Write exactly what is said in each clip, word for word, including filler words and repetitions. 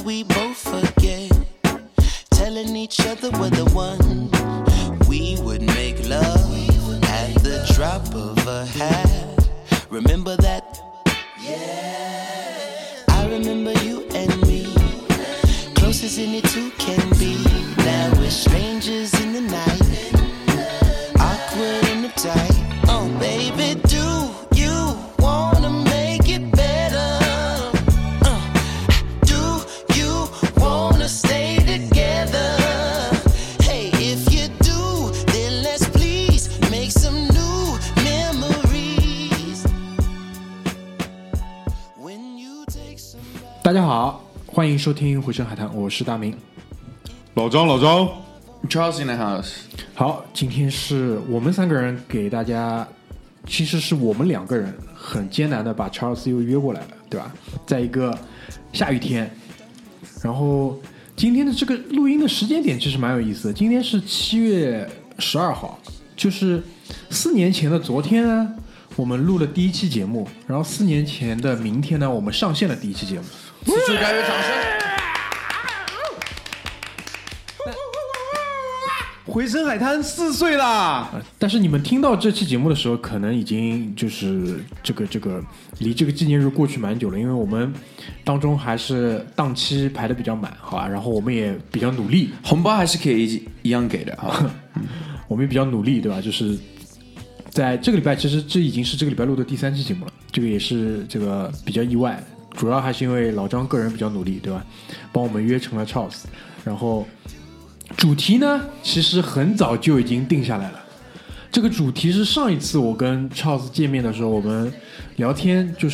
we both forget, telling each other we're the one. We would make love at the drop of a hat. Remember that? Yeah. I remember you and me, closest any two can be. Now we're strangers in the night, awkward and uptight. Oh baby, do you wanna make it better? Uh, do you wanna stay together? Hey, if you do, then let's please make some new memories. When you take some. 大家好，欢迎收听回声海滩，我是大明。 老张，老张 ，Charles in the house。 好，今天是我们三个人给大家，其实是我们两个人很艰难的把 Charles 又约过来了，对吧？在一个下雨天，然后今天的这个录音的时间点其实蛮有意思的。今天是七月十二号，就是四年前的昨天呢，我们录了第一期节目，然后四年前的明天呢，我们上线了第一期节目。 此处该有掌声。 回声海滩四岁啦！ 但是你们听到这期节目的时候，可能已经就是这个这个离这个纪念日过去蛮久了，因为我们当中还是档期排的比较满，好吧？然后我们也比较努力， 红包还是可以一一样给的哈。 我们也比较努力，对吧？就是在这个礼拜，其实这已经是这个礼拜录的第三期节目了，这个也是这个比较意外，主要还是因为老张个人比较努力，对吧？帮我们约成了 Charles， 然后。主题呢，其实很早就已经定下来了。这个主题是上一次我跟 Charles 见面的时候，我们聊天，就是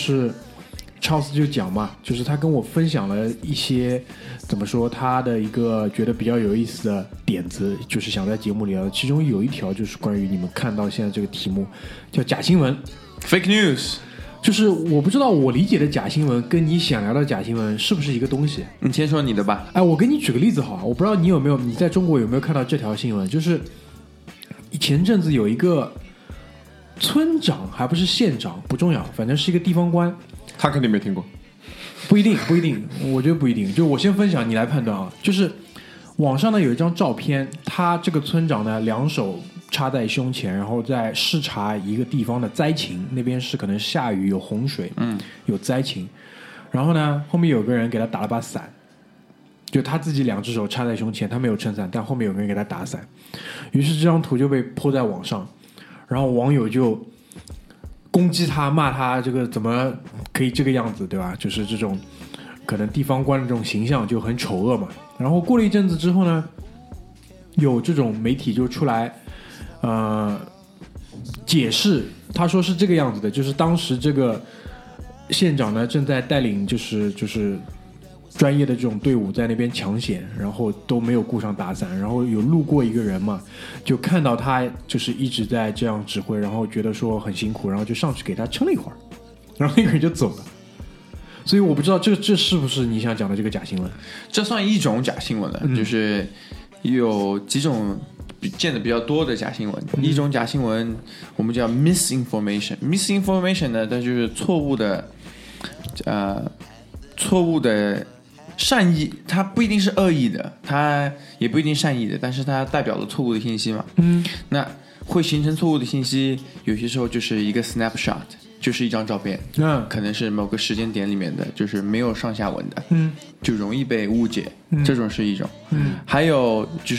Charles 就讲嘛，就是他跟我分享了一些怎么说他的一个觉得比较有意思的点子，就是想在节目里聊的。其中有一条就是关于你们看到现在这个题目叫假新闻 ，fake news。 就是我不知道我理解的假新闻跟你想聊的假新闻是不是一个东西？ 你先说你的吧。 哎，我给你举个例子好啊，我不知道你有没有，你在中国有没有看到这条新闻？就是前阵子有一个村长，还不是县长，不重要，反正是一个地方官。 他肯定没听过。 不一定，不一定，我觉得不一定。就我先分享，你来判断啊。就是网上呢有一张照片，他这个村长呢两手插在胸前，然后在视察一个地方的灾情，那边是可能下雨有洪水，嗯，有灾情。然后呢，后面有个人给他打了把伞，就他自己两只手插在胸前，他没有撑伞，但后面有个人给他打伞。于是这张图就被泼在网上，然后网友就攻击他，骂他这个怎么可以这个样子，对吧？就是这种可能地方官的这种形象就很丑恶嘛。然后过了一阵子之后呢，有这种媒体就出来。呃，解释他说是这个样子的，就是当时这个县长呢正在带领就是就是专业的这种队伍在那边抢险，然后都没有顾上打伞，然后有路过一个人嘛，就看到他就是一直在这样指挥，然后觉得说很辛苦，然后就上去给他撑了一会儿，然后那个人就走了。所以我不知道这这是不是你想讲的这个假新闻？ 这算一种假新闻了，嗯、就是有几种。见的比较多的假新闻，嗯、一种假新闻我们叫 misinformation。misinformation 呢，它就是错误的，呃，错误的善意，它不一定是恶意的，它也不一定善意的，但是它代表了错误的信息嘛。嗯，那会形成错误的信息，有些时候就是一个 snapshot， 就是一张照片，嗯，可能是某个时间点里面的，就是没有上下文的，嗯，就容易被误解。嗯、这种是一种，嗯，还有就是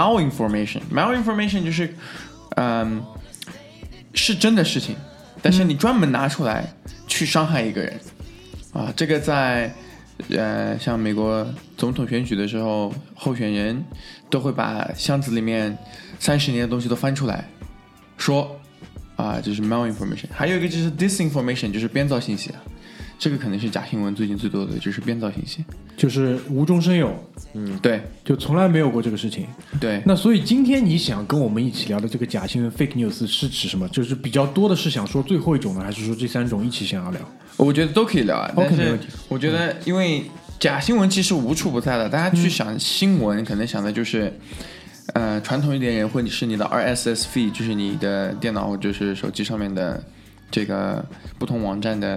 malinformation，malinformation 就是，嗯，是真的事情，但是你专门拿出来去伤害一个人，啊，这个在呃像美国总统选举的时候，候选人都会把箱子里面三十年的东西都翻出来，说，啊，这是 malinformation， 还有一个就是 disinformation， 就是编造信息啊。这个可能是假新闻最近最多的，就是编造信息， 就是无中生有。 嗯，对， 就从来没有过这个事情。 对， 那所以今天你想跟我们一起聊的这个假新闻 fake news 是指什么？就是比较多的是想说最后一种呢，还是说这三种一起想要聊？ 我觉得都可以聊啊。 OK， 没问题。 我觉得因为假新闻其实无处不在的，大家去想新闻，嗯、可能想的就是。呃，传统一点人会是你的 R S S feed， 就是你的电脑或者是手机上面的这个不同网站的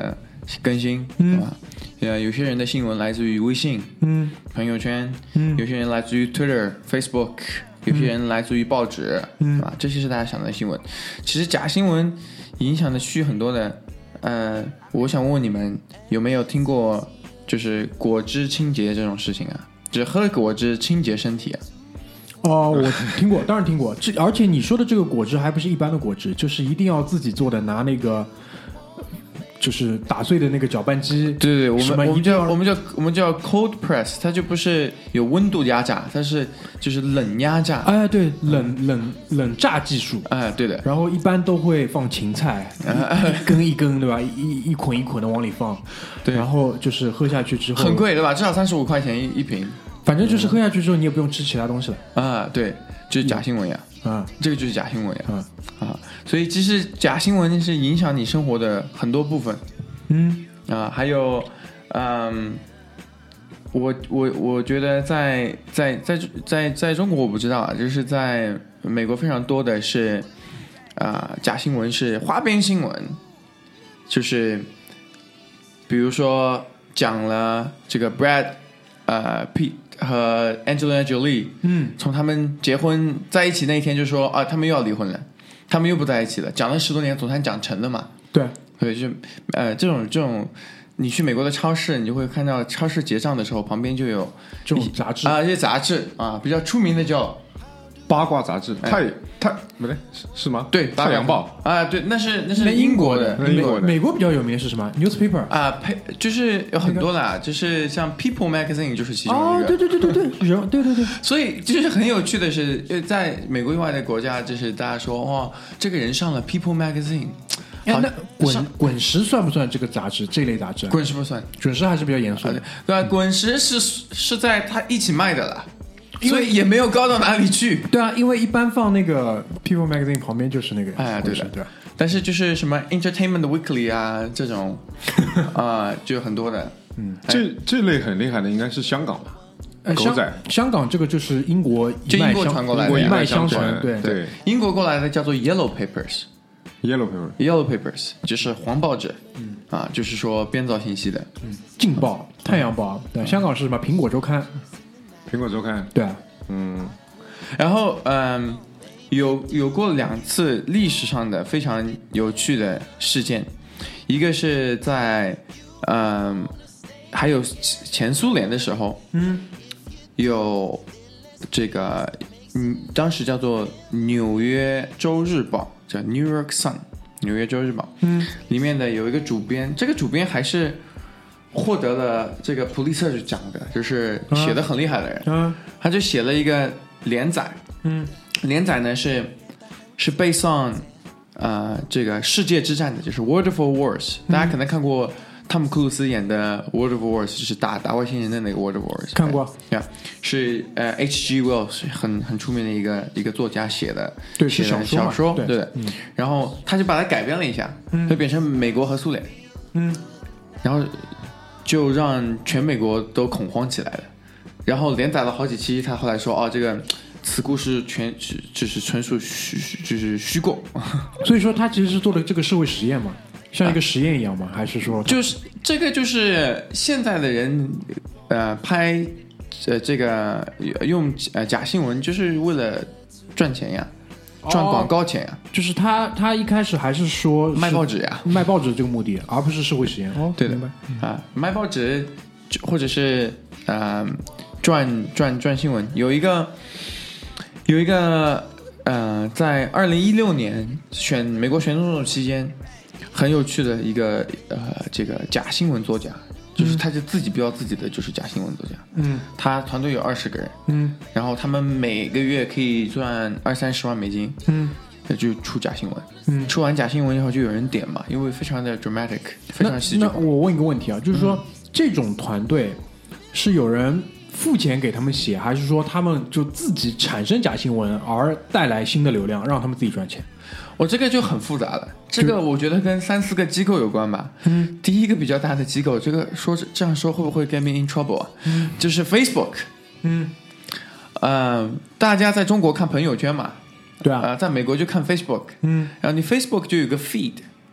更新， 嗯对吧？呃，有些人的新闻来自于微信、 嗯朋友圈， 嗯有些人来自于 Twitter、Facebook， 有些人来自于报纸， 嗯对吧？这些是大家想的新闻。其实假新闻影响的区域很多的。呃，我想问问你们有没有听过，就是果汁清洁这种事情啊？就是喝果汁清洁身体啊？ 哦，我听过，当然听过。这而且你说的这个果汁还不是一般的果汁，就是一定要自己做的，拿那个就是打碎的那个搅拌机。 对对对，我什么们我们一定要叫我们叫我们叫 cold press， 它就不是有温度压榨，它是就是冷压榨。 哎，对，冷冷冷榨技术。 哎，对的， 然后一般都会放芹菜，一根一根，对吧？一一捆一捆的往里放。 对然后就是喝下去之后很贵对吧？至少三十五块钱一一瓶。 反正就是喝下去之后，你也不用吃其他东西了啊，对，就是假新闻呀， 啊这个就是假新闻呀， 啊啊，所以其实假新闻是影响你生活的很多部分嗯啊，还有，嗯，我我我觉得在在在在在中国我不知道啊，就是在美国非常多的是啊、假新闻是花边新闻，就是比如说讲了这个 Brad 呃 Pitt 和 Angelina Jolie， 嗯从他们结婚在一起那一天就说啊，他们又要离婚了，他们又不在一起了，讲了十多年，总算讲成了嘛。 对， 对，就是呃，这种这种，你去美国的超市，你就会看到超市结账的时候，旁边就有这种杂志啊，一些杂志啊，比较出名的叫八卦杂志，太太不对，是是吗？ 对太阳报啊，对，那是那是那英国的那英国的美国比较有名的是什么 newspaper 啊，配就是有很多啦，就是像 People Magazine 就是其中一哦， 个。 对对对对对，人对对对， 所以就是很有趣的是，呃在美国以外的国家，就是大家说哇，这个人上了 People Magazine， 哎， 好那滚上滚石算不算这个杂志这类杂志啊？ 滚石不算， 滚石还是比较严肃啊的， 对吧？滚石是是在他一起卖的了，所以也没有高到哪里去。 对啊，因为一般放那个 People Magazine 旁边就是那个哎，对的滚石，对吧？ 但是就是什么 Entertainment Weekly 啊这种啊、就有很多的。 嗯， 这这类很厉害的应该是香港吧？ 呃香狗仔香港这个就是英国就英国一脉相传过来的一脉一脉相传， 传， 对对英国过来的叫做 Yellow Papers。 ，Yellow Paper， Yellow Papers 就是黄报纸，嗯啊，就是说编造信息的。 劲报、太阳报，对，香港是什么？苹果周刊， 苹果周刊， 对啊， 嗯， 然后嗯，有有过两次历史上的非常有趣的事件，一个是在嗯，还有前苏联的时候， 嗯， 有这个嗯，当时叫做纽约州日报，叫 New York Sun， 纽约州日报， 嗯， 里面的有一个主编，这个主编还是获得了这个普利策奖的，就是写的很厉害的人， 嗯他就写了一个连载， 嗯连载呢是是 based on 呃这个世界之战的，就是 World of Wars，、大家可能看过汤姆克鲁斯演的 World of Wars， 就是打打外星人的那个 World of Wars， 看过， 呀，是呃 H G Wells 很很出名的一个一个作家写的， 对，是写的小说嘛， 小说， 对对的。 嗯然后他就把它改编了一下，就变成美国和苏联， 嗯， 然后就让全美国都恐慌起来了。然后连载了好几期，他后来说：“哦，这个此故事全是就是纯属虚，就是虚构。 所以说他其实是做的这个社会实验嘛，像一个实验一样吗？还是说就是这个就是现在的人呃拍呃这个用呃假新闻，就是为了赚钱呀，赚广告钱呀， 就是他他一开始还是说卖报纸纸呀， 卖报纸这个目的，而不是社会实验哦， 对的明白。 啊，卖报纸就或者是呃赚赚赚新闻。有一个有一个呃，在二零一六年选美国选总统期间，很有趣的一个呃这个假新闻作家，就是他就自己标自己的就是假新闻作家， 嗯他团队有二十个人， 嗯然后他们每个月可以赚二三十万美金， 嗯那就出假新闻。 嗯， 出完假新闻以后就有人点嘛，因为非常的 dramatic， 非那常戏剧化。 那我问一个问题啊，就是说、这种团队是有人付钱给他们写，还是说他们就自己产生假新闻而带来新的流量，让他们自己赚钱？ 我这个就很复杂了，这个我觉得跟三四个机构有关吧。 嗯， 第一个比较大的机构，这个说这样说会不会 get me in trouble 啊？ 嗯， 就是 Facebook。 嗯， 呃，大家在中国看朋友圈嘛， 对啊， 呃，在美国就看 Facebook。 嗯然后你 Facebook 就有个 feed，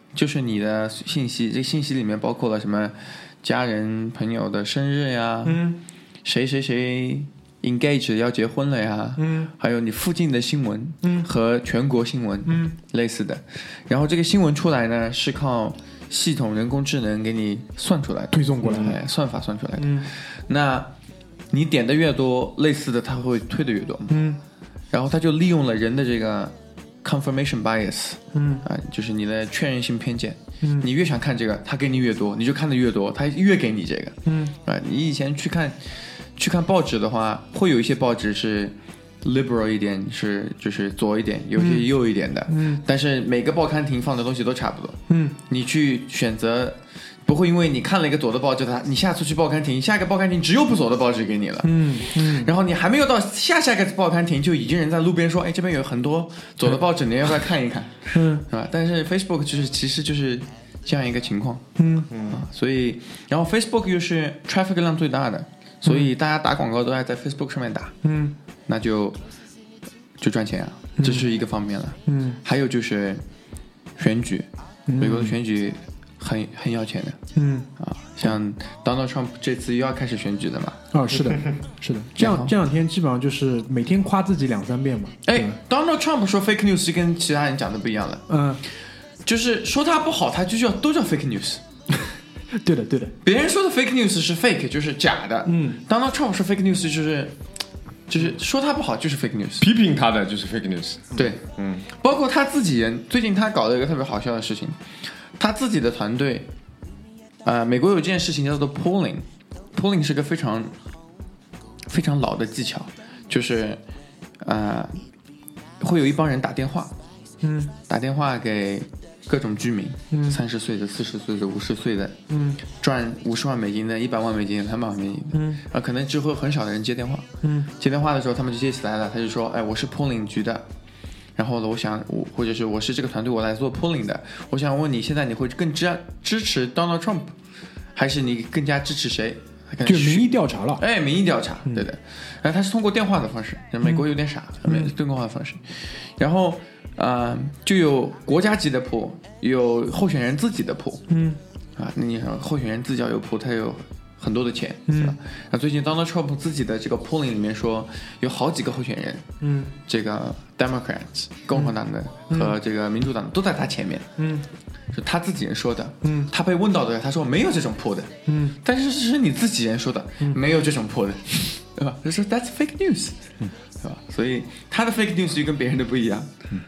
就是你的信息，这个信息里面包括了什么家人朋友的生日呀， 嗯， 谁谁谁 engage 要结婚了呀， 嗯， 还有你附近的新闻， 嗯， 和全国新闻， 嗯， 类似的。然后这个新闻出来呢，是靠系统人工智能给你算出来的， 推送过来的， 哎，算法算出来的。 嗯， 那你点的越多，类似的它会推的越多， 嗯， 然后它就利用了人的这个 confirmation bias， 嗯啊，就是你的确认性偏见。 嗯， 你越想看这个，它给你越多，你就看的越多，它越给你这个。 嗯， 啊，你以前去看去看报纸的话，会有一些报纸是 liberal 一点，是就是左一点，有些右一点的。 嗯， 但是每个报刊亭放的东西都差不多。 嗯， 你去选择，不会因为你看了一个左的报纸，它你下次去报刊亭，下一个报刊亭只有不左的报纸给你了。 嗯嗯， 然后你还没有到下下一个报刊亭，就已经人在路边说，哎，这边有很多左的报纸，你要不要看一看？ 嗯， 是吧？但是 Facebook 就是其实就是这样一个情况。 嗯啊，所以然后 Facebook 又是 traffic 量最大的，所以大家打广告都爱在 Facebook 上面打， 嗯那就就赚钱啊，这是一个方面了。 嗯， 还有就是选举，美国的选举很很要钱的。 嗯啊，像 Donald Trump 这次又要开始选举了嘛？ 哦，是的，是的，这样这两天基本上就是每天夸自己两三遍嘛。 哎，Donald Trump 说 fake news 就跟其他人讲的不一样了， 嗯， 就是说他不好，他就叫都叫 fake news。 对的对的， 别人说的 fake news 是 fake， 就是假的。 嗯 Donald Trump 说 fake news 就是就是说他不好就是 fake news。 批评他的就是 fake news。 对， 嗯， 包括他自己人，最近他搞了一个特别好笑的事情，他自己的团队，呃，美国有件事情叫做 polling，polling 是个非常非常老的技巧，就是呃，会有一帮人打电话， 嗯打电话给各种居民， 嗯三十岁的、四十岁的、五十岁的， 嗯赚五十万美金的、一百万美金的、三百万美金的， 嗯啊，可能只会有很少的人接电话， 嗯接电话的时候他们就接起来了，他就说，哎，我是 polling 局的。然后呢，我想，我或者是我是这个团队，我来做 polling 的。我想问你，现在你会更支支持 Donald Trump， 还是你更加支持谁？ 就民意调查了。 哎，民意调查，对的。然后他是通过电话的方式，美国有点傻，嗯、电话的方式。然后，呃，就有国家级的铺，有候选人自己的铺， 嗯啊，那你说候选人自己要有铺，他有很多的钱， 嗯是吧？那最近 Donald Trump 自己的这个 polling 里面说，有好几个候选人， 嗯这个 Democrats 共和党的和这个民主党的都在他前面， 嗯是他自己人说的。 嗯他被问到的，他说没有这种破的， 嗯但是这是你自己人说的，没有这种破的，对吧？他说 That's fake news，对吧？所以他的 fake news 就跟别人的不一样。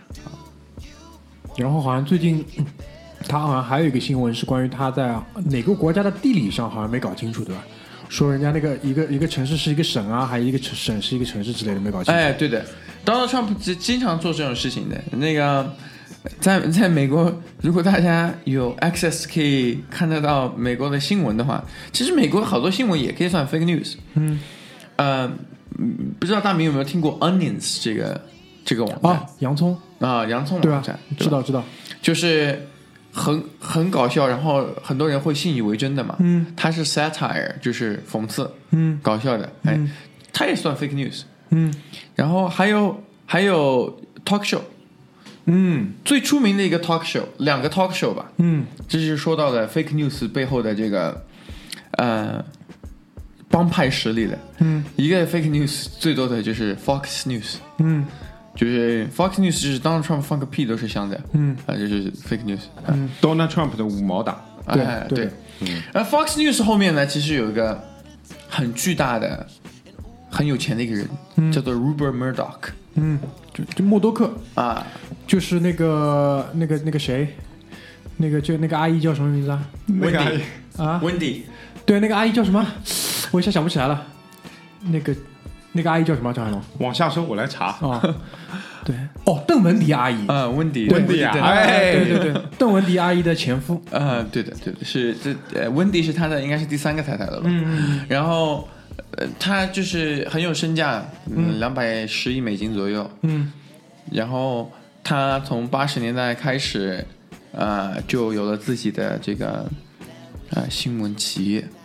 然后好像最近嗯他好像还有一个新闻是关于他在哪个国家的地理上好像没搞清楚，对吧？说人家那个一个一个城市是一个省啊，还有一个城省是一个城市之类的没搞清楚。 哎，对的 ，Donald Trump 经经常做这种事情的。那个在在美国，如果大家有 access 可以看得到美国的新闻的话，其实美国好多新闻也可以算 fake news。 嗯， 呃，不知道大明有没有听过 Onions 这个这个网站啊，洋葱啊，洋葱对吧网站，？对吧知道知道。 就是很很搞笑，然后很多人会信以为真的嘛。 嗯， 它是 satire，就是讽刺， 嗯搞笑的。哎， 嗯它也算 fake news。 嗯然后还有还有 talk show， 嗯最出名的一个 talk show， 两个 talk show 吧， 嗯这就是说到的 fake news 背后的这个呃帮派实力的。 嗯一个 fake news 最多的就是 Fox News， 嗯就是 Fox News 就是 Donald Trump 放个屁都是香的， 嗯啊，这就是 fake news。啊 Donald Trump 的五毛党， 对哎对对。而 Fox News 后面呢，其实有一个很巨大的、很有钱的一个人， 嗯叫做 Rupert Murdoch 嗯，就就默多克， 啊， 就是那个那个那个谁，那个就那个阿姨叫什么名字啊？ 那个阿姨啊， Wendy 对，那个阿姨叫什么？我一下想不起来了。那个那个阿姨叫什么？张海龙往下说，我来查。 啊，对，哦，邓文迪阿姨。 啊，Wendy 对 Wendy 啊对哎对对对，邓文迪阿姨的前夫。 啊，对的对的，是这呃，Wendy 是他的应该是第三个太太了吧？ 嗯然后呃，他就是很有身价，嗯，两百十亿美金左右。 嗯然后他从八十年代开始，呃，就有了自己的这个呃新闻企业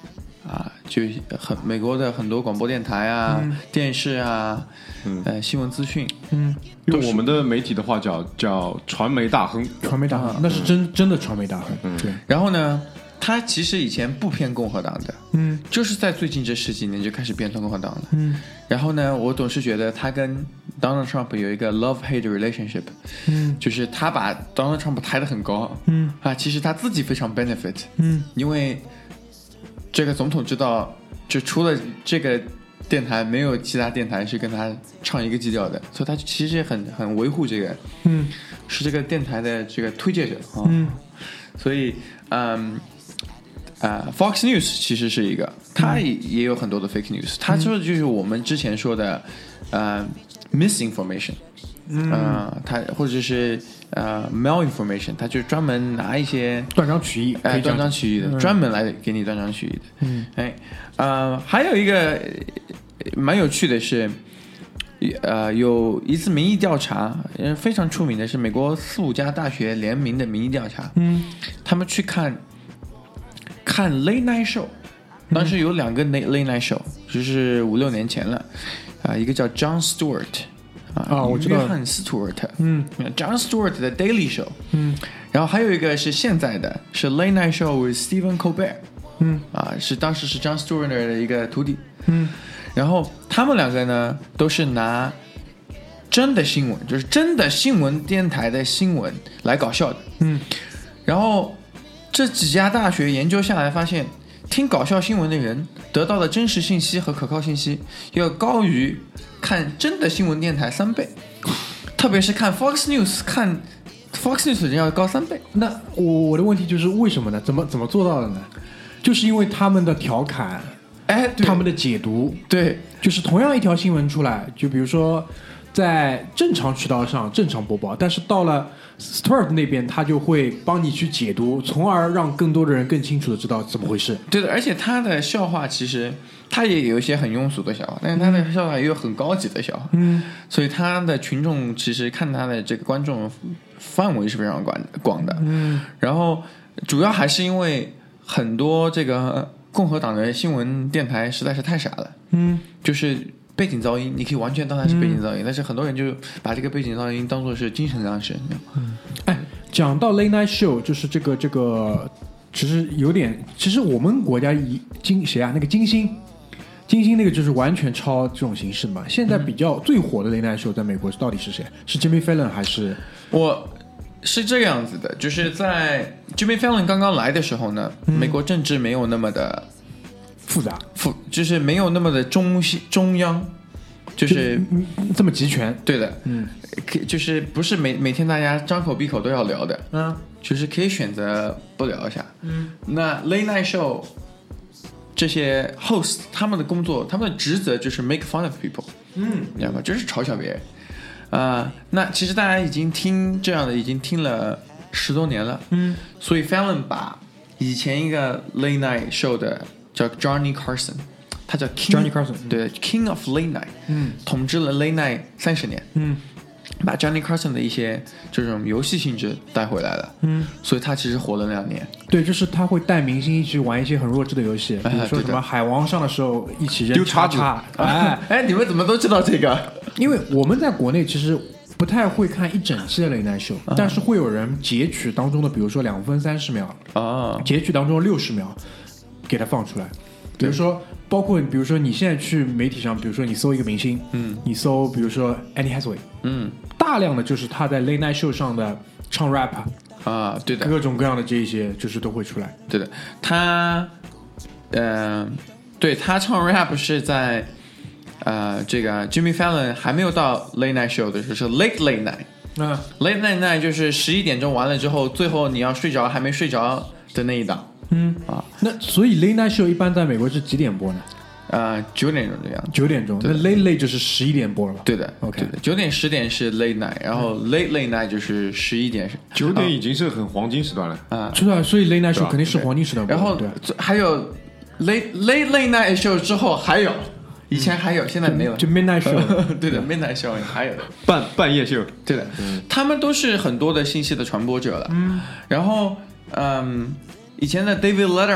啊，就很美国的很多广播电台啊、 嗯、 电视啊， 嗯， 呃，新闻资讯， 嗯， 用我们的媒体的话叫叫传媒大亨， 传媒大亨， 啊、 那是真真的传媒大亨。 嗯， 对。 然后呢，他其实以前不偏共和党的， 嗯， 就是在最近这十几年就开始变成共和党了。 嗯， 然后呢，我总是觉得他跟 Donald Trump 有一个 love-hate relationship， 嗯， 就是他把 Donald Trump 抬得很高， 嗯啊，其实他自己非常 benefit， 嗯， 因为这个总统知道，就除了这个电台，没有其他电台是跟他唱一个基调的，所以他其实很很维护这个， 嗯， 是这个电台的这个推介者啊， 嗯， 所以嗯。啊、uh, ，Fox News 其实是一个，它也也有很多的 fake news，、嗯、它说的就是我们之前说的，呃、uh, ，misinformation， 嗯，呃，它或者是呃、uh, malinformation， 它就专门拿一些断章取义， 哎、呃，断章取义的， 嗯、 专门来给你断章取义的， 嗯， 哎，呃，还有一个蛮有趣的是，呃，有一次民意调查，非常出名的是美国四五家大学联名的民意调查， 嗯， 他们去看。看 late night show， 当时有两个 late night show， 就是五六年前了，啊，一个叫 Jon Stewart， 啊， 哦，我知道， 约翰斯图尔特， 嗯 ，Jon Stewart 的 Daily Show， 嗯， 然后还有一个是现在的，是 late night show with Stephen Colbert， 嗯， 啊，是当时是 Jon Stewart 的一个徒弟， 嗯， 然后他们两个呢都是拿真的新闻，就是真的新闻电台的新闻来搞笑的， 嗯， 然后。这几家大学研究下来发现，听搞笑新闻的人得到的真实信息和可靠信息要高于看真的新闻电台三倍，特别是看 Fox News， 看 Fox News 的人要高三倍。 那我我的问题就是为什么呢？怎么怎么做到的呢？就是因为他们的调侃， 哎， 他们的解读， 对， 就是同样一条新闻出来，就比如说在正常渠道上正常播报，但是到了Stewart 那边他就会帮你去解读，从而让更多的人更清楚的知道怎么回事。 对的，而且他的笑话其实他也有一些很庸俗的笑话，但是他的笑话也有很高级的笑话， 嗯， 所以他的群众其实看他的这个观众范围是非常广广的， 嗯， 然后主要还是因为很多这个共和党的新闻电台实在是太傻了， 嗯， 就是背景噪音，你可以完全当它是背景噪音，嗯、但是很多人就把这个背景噪音当作是精神粮食。 嗯，哎，讲到 late night show， 就是这个这个，其实有点，其实我们国家以金谁啊？那个金星，金星那个就是完全抄这种形式的嘛。现在比较最火的 late night show 在美国到底是谁？是 Jimmy Fallon 还是？ 我是这个样子的，就是在 Jimmy Fallon 刚刚来的时候呢，嗯、美国政治没有那么的。 复杂， 复就是没有那么的中西中央，就是就这么集权。 对的， 嗯， 就是不是每每天大家张口闭口都要聊的， 嗯， 就是可以选择不聊一下。 嗯， 那 late night show 这些 host 他们的工作，他们的职责就是 make fun of people， 嗯， 你知道吗？就是嘲笑别人。啊、呃，那其实大家已经听这样的，已经听了十多年了， 嗯， 所以 Fallon 把以前一个 late night show 的。叫 Johnny Carson， 他叫 King Johnny Carson， 对 ，King of Late Night， 嗯， 统治了 Late Night 三十年， 嗯， 把 Johnny Carson 的一些这种游戏性质带回来了， 嗯， 所以他其实火了两年。 对，就是他会带明星一起玩一些很弱智的游戏，比如说什么海王上的时候一起扔叉叉，哎哎，你们怎么都知道这个？ 因为我们在国内其实不太会看一整期的 Late Night Show，、啊、但是会有人截取当中的，比如说两分三十秒， 啊， 截取当中六十秒。给它放出来，比如说，包括比如说你现在去媒体上，比如说你搜一个明星， 嗯， 你搜比如说 Anne Hathaway， 嗯， 大量的就是他在 Late Night Show 上的唱 rap 啊，对的， 各种各样的这一些就是都会出来， 对的，他，呃，对他唱 rap 是在呃这个 Jimmy Fallon 还没有到 Late Night Show 的时候，是 Late Late Night， 嗯 ，Late Late Night 就是十一点钟完了之后，最后你要睡着还没睡着的那一档。 嗯啊， 那所以 Late Night Show 一般在美国是几点播呢？ 呃，九点钟这样。 九点钟，那 Late Late 就是十一点播了吧？ 对的 ，OK， 对的，九点十点是 Late Night， 然后 Late Late Night 就是十一点， 九点已经是很黄金时段了啊。 是啊，所以 Late Night Show 肯定是黄金时段播。 然后还有 Late Late Late Night Show 之后还有，以前还有，现在没有， 就 Midnight Show， 对的 ，Midnight Show 还有半半夜秀， 对的，他们都是很多的信息的传播者了。嗯，然后嗯。以前的 David Letterman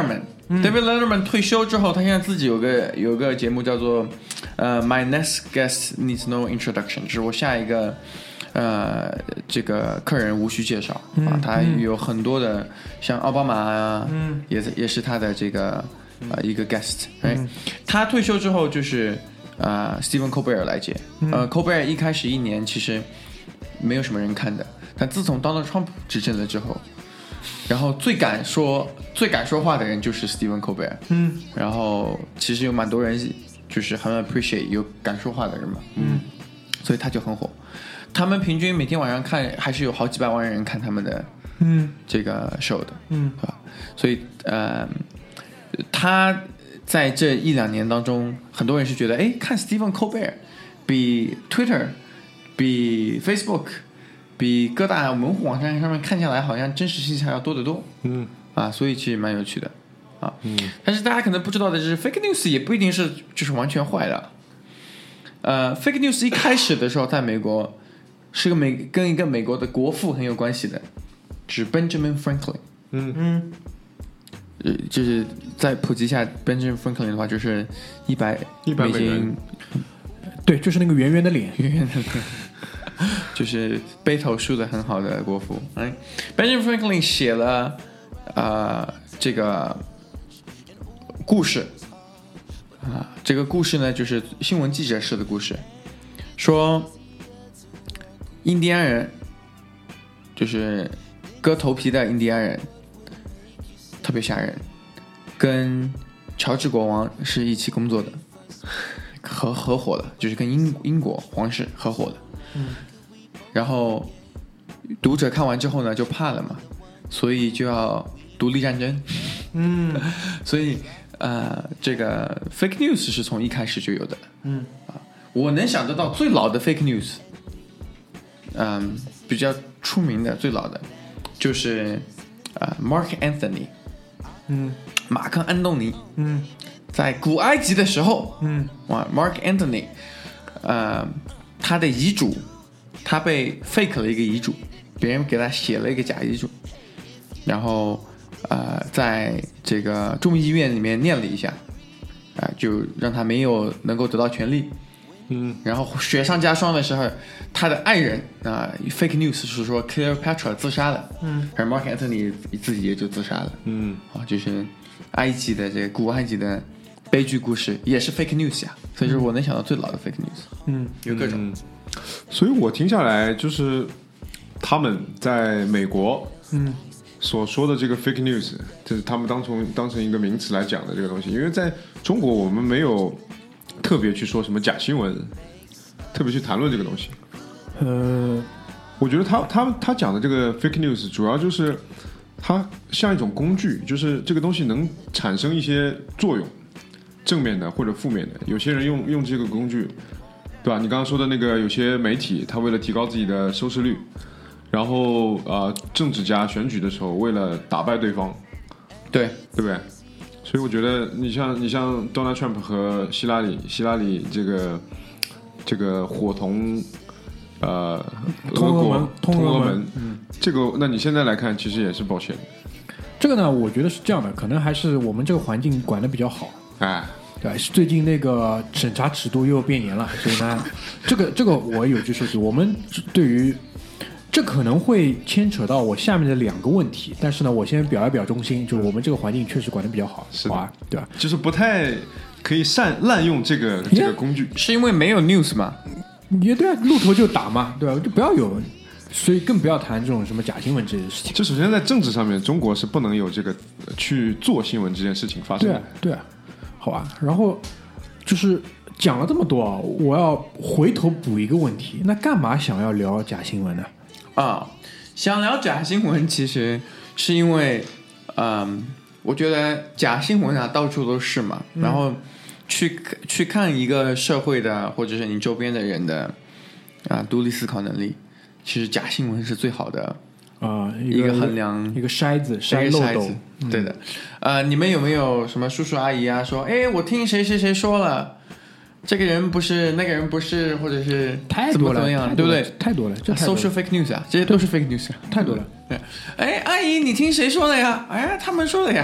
嗯、David Letterman 退休之后，他现在自己有个有个节目叫做呃 My Next Guest Needs No Introduction， 就是我下一个呃这个客人无需介绍、嗯、啊，他有很多的、嗯、像奥巴马啊，嗯，也也是他的这个呃一个 guest， 哎、嗯，他退休之后就是呃 Stephen Colbert 来接，嗯、呃 Colbert 一开始一年其实没有什么人看的，但自从 Donald Trump 执政了之后。然后最敢说最敢说话的人就是 Stephen Colbert， 嗯，然后其实有蛮多人就是很 appreciate 有敢说话的人嘛，嗯，所以他就很火。他们平均每天晚上看还是有好几百万人看他们的，嗯，这个 show 的，嗯，对吧？所以呃，他在这一两年当中，很多人是觉得，哎，看 Stephen Colbert 比 Twitter 比 Facebook。比各大门户网站上面看下来，好像真实性还要多得多。嗯，啊，所以其实蛮有趣的，啊，嗯。但是大家可能不知道的是 ，fake news 也不一定是就是完全坏的。呃 ，fake news 一开始的时候，在美国是个美跟一个美国的国父很有关系的，是 Benjamin Franklin。嗯嗯。呃，就是再普及一下 Benjamin Franklin 的话，就是一百美金， 对，就是那个圆圆的脸， 圆圆的脸。就是背头书的很好的国父，哎 ，Benjamin Franklin 写了呃这个故事啊，这个故事呢就是新闻记者式的故事，说印第安人就是割头皮的印第安人特别吓人，跟乔治国王是一起工作的，合合伙的，就是跟英英国皇室合伙的。嗯，然后读者看完之后呢，就怕了嘛，所以就要独立战争。嗯，所以呃，这个 fake news 是从一开始就有的。嗯，啊，我能想得到最老的 fake news， 嗯，比较出名的最老的就是呃 Mark Anthony， 嗯，马克安东尼，嗯，在古埃及的时候，嗯，哇 ，Mark Anthony， 呃。他的遗嘱，他被 fake 了一个遗嘱，别人给他写了一个假遗嘱，然后呃，在这个众议院里面念了一下，啊、呃，就让他没有能够得到权利。嗯，然后雪上加霜的时候，他的爱人啊、呃、，fake news 是说 Cleopatra 自杀了，嗯，而 Mark Anthony 自己也就自杀了，嗯，啊，就是埃及的这个古埃及的悲剧故事也是 fake news 呀、啊，所以就是我能想到最老的 fake news， 嗯，有各种，嗯、 所以我听下来就是他们在美国，嗯，所说的这个 fake news， 就是他们当成当成一个名词来讲的这个东西，因为在中国我们没有特别去说什么假新闻，特别去谈论这个东西。呃，我觉得他他他讲的这个 fake news 主要就是它像一种工具，就是这个东西能产生一些作用。正面的或者负面的，有些人用用这个工具，对吧？你刚刚说的那个，有些媒体他为了提高自己的收视率，然后呃，政治家选举的时候为了打败对方， 对对不对？所以我觉得你像你像 Donald Trump 和希拉里，希拉里这个这个伙同呃通俄门通俄门，嗯，这个那你现在来看，其实也是抱歉的。 这个呢，我觉得是这样的，可能还是我们这个环境管得比较好。哎，对，最近那个审查尺度又变严了，所以呢，这个这个我有句说句，我们对于这可能会牵扯到我下面的两个问题，但是呢，我先表一表忠心，就是我们这个环境确实管得比较好， 是吧？对吧？ 就是不太可以善滥用这个这个工具， 是因为没有 news 嘛？ 也对啊，路头就打嘛，对吧？就不要有。所以更不要谈这种什么假新闻这件事情。 就首先在政治上面，中国是不能有这个去做新闻这件事情发生的。 对啊，对啊，好吧。然后就是讲了这么多啊，我要回头补一个问题，那干嘛想要聊假新闻呢？ 啊，想聊假新闻，其实是因为，嗯，我觉得假新闻啊到处都是嘛，嗯、然后去去看一个社会的或者是你周边的人的啊独立思考能力。其实假新闻是最好的啊、呃， 一个衡量， 一个筛子，筛漏斗。 嗯、对的，呃，你们有没有什么叔叔阿姨啊？说，哎，我听谁谁谁说了，这个人不是，那个人不是，或者是太多了， 怎么样，对不对？ 太多了，这太多了 social fake news 啊，这些都是 fake news， 太多了。 对，哎，阿姨，你听谁说的呀？哎，他们说的呀。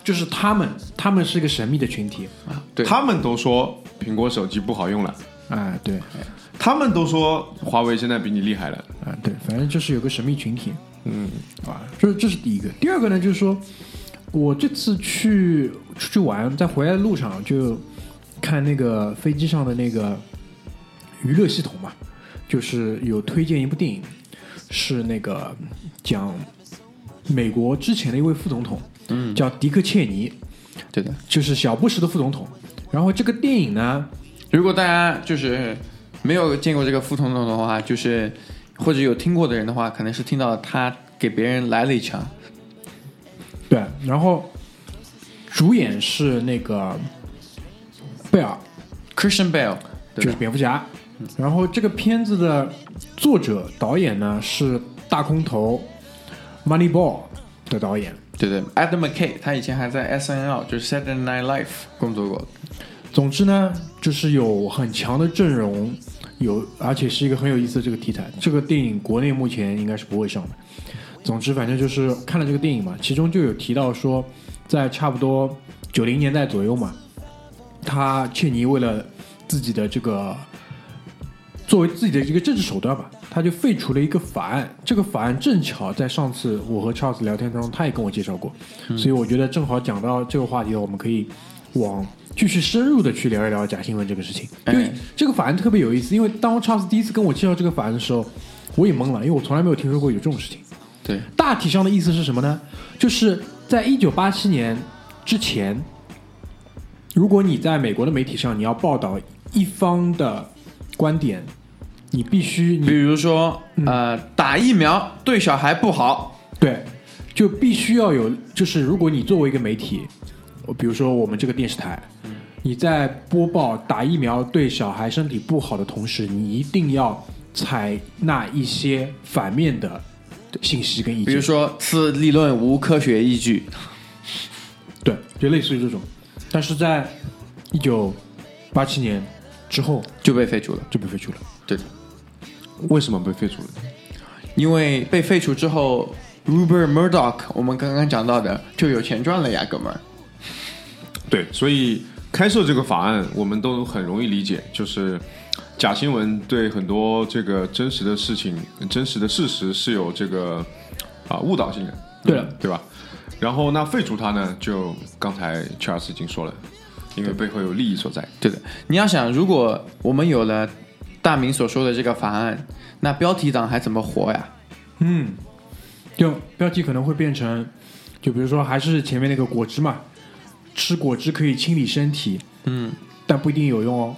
就是他们，他们是一个神秘的群体啊，对， 他们都说苹果手机不好用了， 哎，对， 他们都说华为现在比你厉害了， 啊，对，反正就是有个神秘群体， 嗯啊，这这是第一个。第二个呢，就是说我这次去出去玩，在回来的路上就看那个飞机上的那个娱乐系统嘛，就是有推荐一部电影，是那个讲美国之前的一位副总统， 嗯， 叫迪克·切尼， 对的， 就是小布什的副总统。然后这个电影呢， 如果大家就是没有见过这个副总统的话，就是或者有听过的人的话，可能是听到他给别人来了一枪。 对，然后主演是那个贝尔 Christian Bale， 就是蝙蝠侠。然后这个片子的作者导演呢是大空头 Moneyball 的导演。 对对 ，Adam McKay， 他以前还在 S N L， 就是 Saturday Night Live 工作过。 总之呢，就是有很强的阵容，有而且是一个很有意思的这个题材。这个电影国内目前应该是不会上的。总之，反正就是看了这个电影嘛，其中就有提到说，在差不多九零年代左右嘛，他切尼为了自己的这个作为自己的一个政治手段吧，他就废除了一个法案。这个法案正巧在上次我和 Charles 聊天当中，他也跟我介绍过， 嗯、 所以我觉得正好讲到这个话题，我们可以往继续深入的去聊一聊假新闻这个事情。因为这个法案特别有意思，因为当 Charles 第一次跟我介绍这个法案的时候，我也懵了，因为我从来没有听说过有这种事情。 对， 大体上的意思是什么呢？就是在一九八七年之前，如果你在美国的媒体上你要报道一方的观点，你必须你比如说、嗯、呃打疫苗对小孩不好， 对，就必须要有，就是如果你作为一个媒体，比如说我们这个电视台，嗯、你在播报打疫苗对小孩身体不好的同时，你一定要采纳一些反面的信息跟意见， 比如说此理论无科学依据， 对，就类似于这种。但是在一九八七年之后就被废除了， 就被废除了。 对的。 为什么被废除了？ 因为被废除之后 Rupert Murdoch 我们刚刚讲到的就有钱赚了呀，哥们儿。 对，所以开设这个法案我们都很容易理解，就是假新闻对很多这个真实的事情、真实的事实是有这个啊误导性的， 对了， 对吧？然后那废除它呢，就刚才 Charles 已经说了，因为背后有利益所在。 对的，你要想，如果我们有了大明所说的这个法案，那标题党还怎么活呀？ 嗯，就标题可能会变成，就比如说还是前面那个果汁嘛，吃果汁可以清理身体， 嗯， 但不一定有用哦。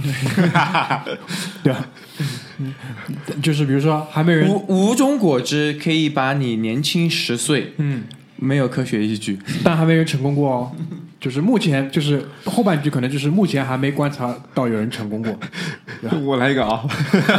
对吧？嗯，就是比如说还没人五五种果汁可以把你年轻十岁， 嗯， 没有科学依据， 但还没人成功过哦。就是目前就是后半句可能就是目前还没观察到有人成功过。 我来一个啊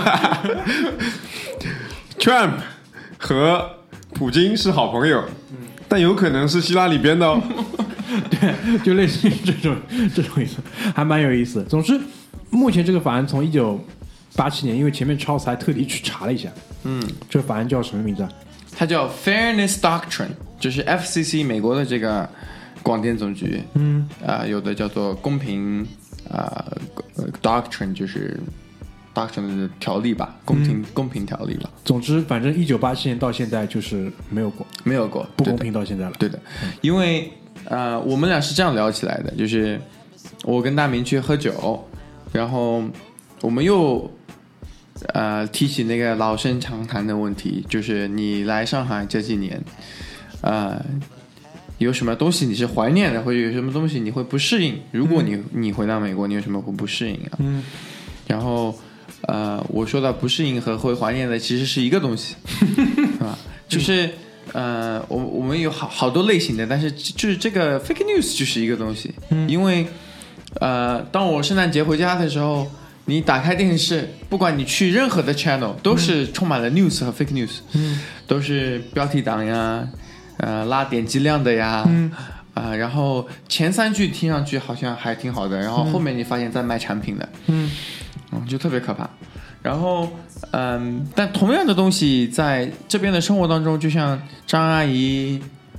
，Trump 和普京是好朋友，但有可能是希拉里编的哦。 对，就类似于这种这种意思，还蛮有意思。总之，目前这个法案从一九八七年，因为前面超才特地去查了一下， 嗯， 这个法案叫什么名字啊？ 它叫 Fairness Doctrine， 就是 F C C 美国的这个广电总局， 嗯， 啊、呃，有的叫做公平啊、呃、Doctrine， 就是 Doctrine 的条例吧，公平、嗯、公平条例吧。 总之，反正一九八七年到现在就是没有过， 没有过， 不公平到现在了。 对的，嗯、因为呃，我们俩是这样聊起来的，就是我跟大明去喝酒，然后我们又呃提起那个老生常谈的问题，就是你来上海这几年，呃。有什么东西你是怀念的，或者有什么东西你会不适应？如果你、嗯、你回到美国，你有什么会不适应啊？ 嗯， 然后呃，我说到不适应和会怀念的其实是一个东西，是吧？就是呃，我我们有好好多类型的，但是就是这个 fake news 就是一个东西， 嗯、 因为呃，当我圣诞节回家的时候，你打开电视，不管你去任何的 channel， 都是充满了 news 和 fake news， 嗯， 都是标题党呀。呃，拉点击量的呀， 嗯， 啊、呃，然后前三句听上去好像还挺好的，然后后面你发现在卖产品的， 嗯， 嗯，就特别可怕。然后，嗯，但同样的东西在这边的生活当中，就像张阿姨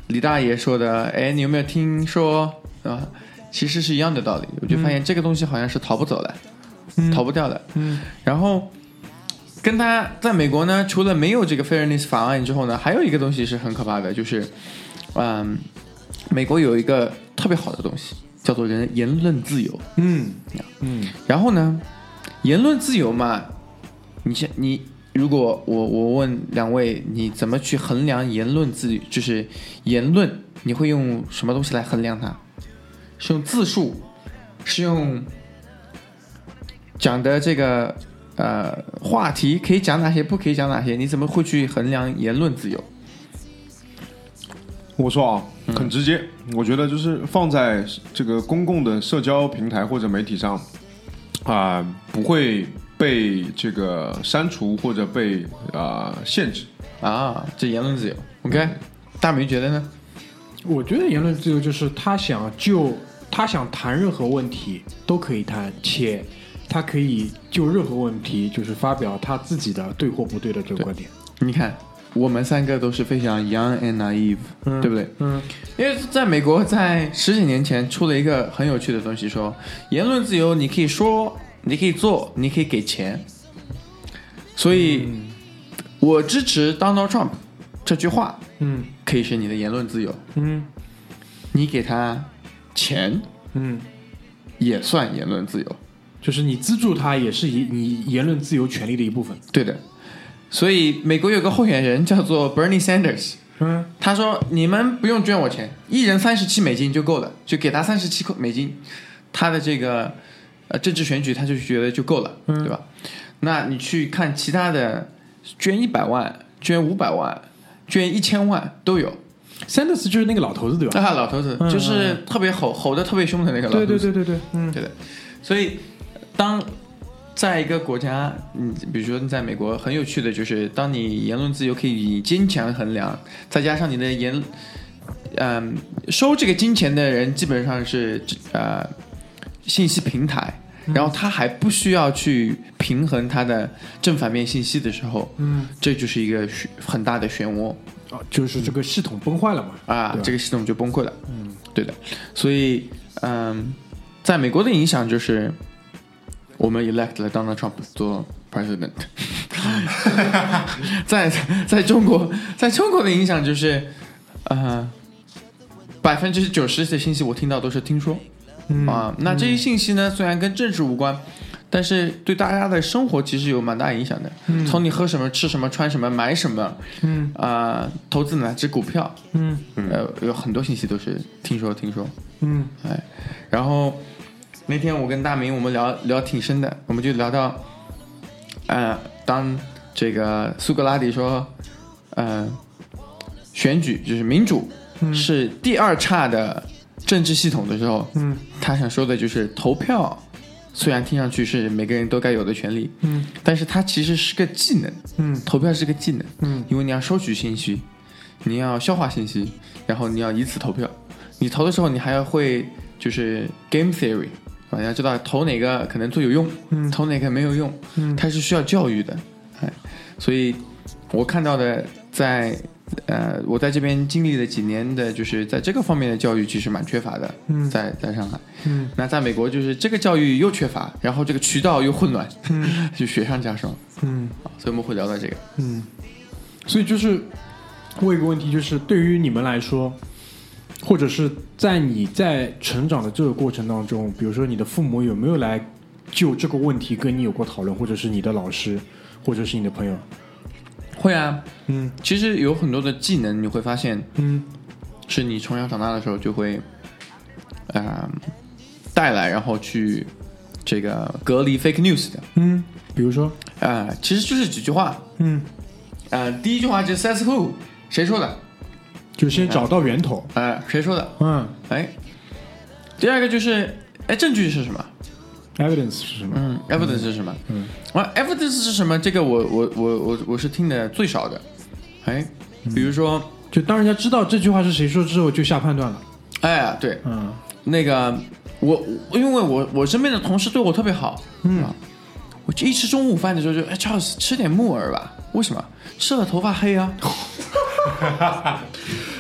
李大爷说的，哎，你有没有听说啊？其实是一样的道理。我就发现这个东西好像是逃不走的，嗯、逃不掉的。 嗯， 然后跟他在美国呢，除了没有这个 fairness 法案之后呢，还有一个东西是很可怕的，就是嗯，美国有一个特别好的东西，叫做人言论自由。 嗯嗯， 然后呢，言论自由嘛，你先你。如果我我问两位，你怎么去衡量言论自由？就是言论，你会用什么东西来衡量它？是用字数，是用讲的这个呃话题可以讲哪些，不可以讲哪些？你怎么会去衡量言论自由？ 我说啊，很直接，嗯、我觉得就是放在这个公共的社交平台或者媒体上啊、呃，不会被这个删除或者被啊、呃、限制啊，这言论自由。OK， 大明觉得呢？ 我觉得言论自由就是他想就他想谈任何问题都可以谈，且他可以就任何问题就是发表他自己的对或不对的这个观点。 你看，我们三个都是非常 young and naive，、嗯、对不对？ 嗯， 因为在美国，在十几年前出了一个很有趣的东西说，说言论自由，你可以说，你可以做，你可以给钱。所以，嗯、我支持 Donald Trump 这句话， 嗯， 可以是你的言论自由。 嗯， 你给他钱， 嗯， 也算言论自由。 就是你资助他，也是你言论自由权利的一部分。 对的。所以美国有个候选人叫做 Bernie Sanders， 嗯， 他说你们不用捐我钱，一人三十七美金就够了，就给他三十七美金，他的这个呃政治选举他就觉得就够了， 嗯、 对吧？那你去看其他的，捐一百万、捐五百万、捐一千万都有。 Sanders 就是那个老头子对吧？ 啊，老头子、嗯、就是特别吼、嗯、吼得特别凶的那个老头子。 对对对对对，嗯， 对的。所以当在一个国家，嗯，比如说你在美国，很有趣的就是，当你言论自由可以以金钱衡量，再加上你的言，嗯，收这个金钱的人基本上是呃信息平台，然后他还不需要去平衡他的正反面信息的时候， 嗯， 这就是一个很大的漩涡啊，就是这个系统崩坏了嘛， 啊，这个系统就崩溃了， 嗯， 对的，所以嗯，在美国的影响就是。我们 elect 了 Donald Trump 做 president， 在在中国，在中国的影响就是，呃，百分之九十的信息我听到都是听说， 嗯、 啊，那这些信息呢，虽然跟政治无关，但是对大家的生活其实有蛮大影响的。 嗯、 从你喝什么、吃什么、穿什么、买什么， 嗯啊、呃，投资哪只股票， 嗯呃，有很多信息都是听说听说， 嗯， 哎，然后。那天我跟大明我们聊聊挺深的，我们就聊到，呃，当这个苏格拉底说，呃，选举就是民主、嗯、是第二差的政治系统的时候， 嗯， 他想说的就是投票，虽然听上去是每个人都该有的权利， 嗯， 但是它其实是个技能， 嗯， 投票是个技能， 嗯， 因为你要收取信息，你要消化信息，然后你要以此投票，你投的时候你还要会就是 game theory。你要知道投哪个可能最有用， 嗯， 投哪个没有用， 嗯， 它是需要教育的，哎，所以我看到的在呃我在这边经历了几年的，就是在这个方面的教育其实蛮缺乏的， 嗯， 在在上海， 嗯， 那在美国就是这个教育又缺乏，然后这个渠道又混乱， 嗯， 就雪上加霜， 嗯， 所以我们会聊到这个， 嗯，所以就是我有一个问题，就是对于你们来说。或者是在你在成长的这个过程当中，比如说你的父母有没有来就这个问题跟你有过讨论，或者是你的老师，或者是你的朋友？ 会啊， 嗯， 其实有很多的技能你会发现， 嗯， 是你从小长大的时候就会，呃，带来，然后去这个隔离 fake news 的， 嗯，比如说， 啊、呃，其实就是几句话， 嗯， 呃，第一句话就是 says who， 谁说的？ 就先找到源头， 哎、呃，谁说的？ 嗯， 哎，第二个就是，哎，证据是什么 ？evidence 是什么？ 嗯 ，evidence 是什么？ 嗯， 啊 ，evidence 是什么？这个我我我我我是听的最少的，哎，比如说， 嗯、就当人家知道这句话是谁说之后，就下判断了。 哎，对， 嗯， 那个我因为我我身边的同事对我特别好， 嗯， 啊、我一吃中午饭的时候就，哎 ，Charles 吃点木耳吧？为什么？吃了头发黑啊。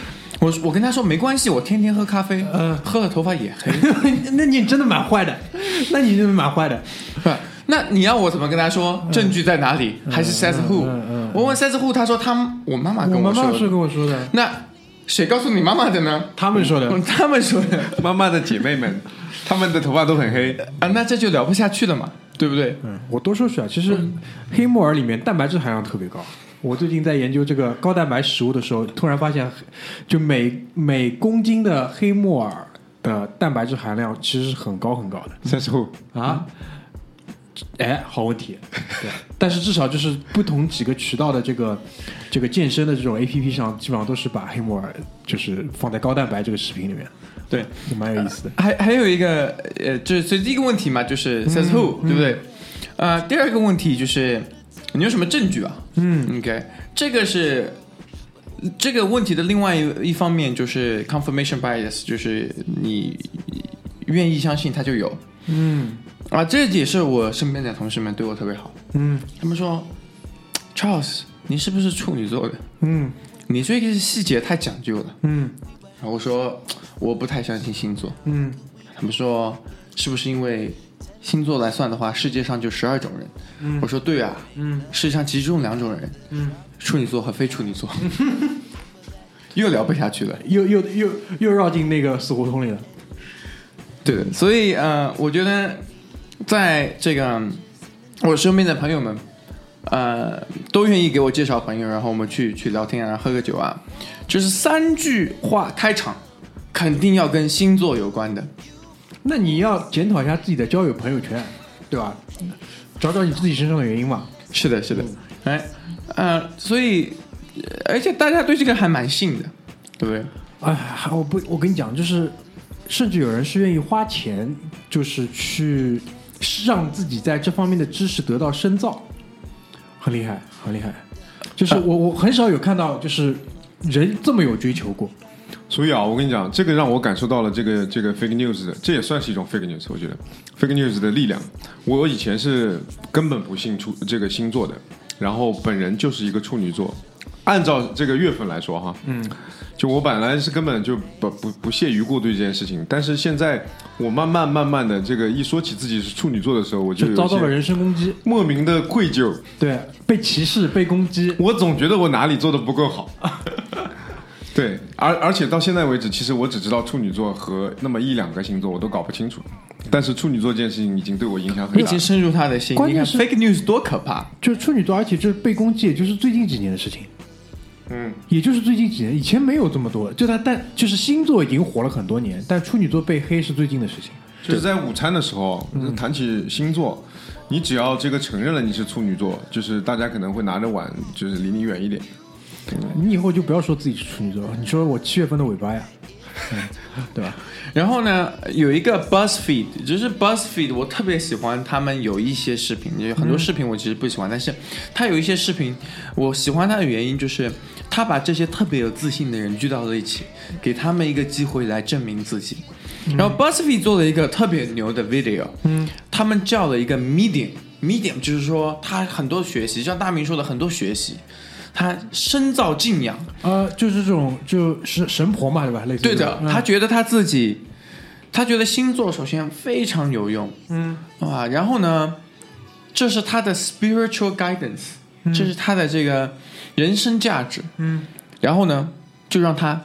我我跟他说没关系，我天天喝咖啡， 嗯喝了头发也黑。 那你真的蛮坏的，那你真的蛮坏的。 不，那你要我怎么跟他说？证据在哪里？还是 says who？、 嗯嗯嗯、 我问 says who， 他说他我妈妈跟我说的。 妈妈是跟我说的。 那谁告诉你妈妈的呢？ 他们说的。 他们说的。 妈妈的姐妹们，她们的头发都很黑啊，那这就聊不下去了嘛，对不对？ 嗯，我多说句啊，其实黑木耳里面蛋白质含量特别高。我最近在研究这个高蛋白食物的时候，突然发现，就每每公斤的黑木耳的蛋白质含量其实是很高很高的。 三十后啊？哎，好问题。对，但是至少就是不同几个渠道的这个这个健身的这种 A P P 上，基本上都是把黑木耳就是放在高蛋白这个食品里面。 对， 也蛮有意思的。 还还有一个呃，就是所以第一个问题嘛，就是 says who，、嗯、对不对？呃，第二个问题就是你有什么证据啊？嗯 ，OK， 这个是这个问题的另外一一方面就是 confirmation bias， 就是你愿意相信它就有。嗯。啊，这也是我身边的同事们对我特别好。嗯，他们说 ，Charles， 你是不是处女座的？嗯，你这个细节太讲究了。嗯，然后我说我不太相信星座。嗯，他们说是不是因为星座来算的话，世界上就十二种人？嗯，我说对啊。嗯，世界上其实就两种人。嗯，处女座和非处女座。又聊不下去了， 又又又又绕进那个死胡同里了。 对的，所以呃，我觉得。在这个我身边的朋友们，呃，都愿意给我介绍朋友，然后我们去去聊天啊，喝个酒啊，就是三句话开场，肯定要跟星座有关的。 那你要检讨一下自己的交友朋友圈，对吧？找找你自己身上的原因嘛。 是的，是的，哎，呃，所以，而且大家对这个还蛮信的，对不对？ 哎，我不，我跟你讲，就是甚至有人是愿意花钱，就是去。让自己在这方面的知识得到深造，很厉害，很厉害。就是我，我很少有看到，就是人这么有追求过。 所以啊，我跟你讲，这个让我感受到了这个这个 fake news 的，这也算是一种 fake news。我觉得 fake news 的力量。我以前是根本不信处这个星座的，然后本人就是一个处女座。按照这个月份来说哈，嗯，就我本来是根本就不不不屑于过对这件事情，但是现在我慢慢慢慢的这个一说起自己是处女座的时候，我就就遭到了人身攻击， 莫名的愧疚， 对，被歧视，被攻击， 我总觉得我哪里做的不够好。对，而而且到现在为止，其实我只知道处女座和那么一两个星座我都搞不清楚，但是处女座这件事情已经对我影响很大， 已经深入他的心。 关键是 fake news 多可怕， 就是处女座，而且就是被攻击，也就是最近几年的事情。嗯，也就是最近几年，以前没有这么多。就他，但就是星座已经火了很多年，但处女座被黑是最近的事情。 就是在午餐的时候，嗯、谈起星座，你只要这个承认了你是处女座，就是大家可能会拿着碗，就是离你远一点。 嗯、你以后就不要说自己是处女座，你说我七月份的尾巴呀，嗯、对吧？ 然后呢，有一个 BuzzFeed， 就是 BuzzFeed， 我特别喜欢他们有一些视频，有很多视频我其实不喜欢，嗯、但是他有一些视频我喜欢他的原因就是他把这些特别有自信的人聚到了一起，给他们一个机会来证明自己。嗯、然后 BuzzFeed 做了一个特别牛的 video， 嗯，他们叫了一个 medium，medium 就是说他很多学习，像大明说的很多学习。他深造静养， 呃，就是这种就是神婆嘛，对吧？类似对的，嗯、他觉得他自己，他觉得星座首先非常有用，嗯啊，然后呢，这是他的 spiritual guidance，嗯、这是他的这个人生价值，嗯，然后呢，就让他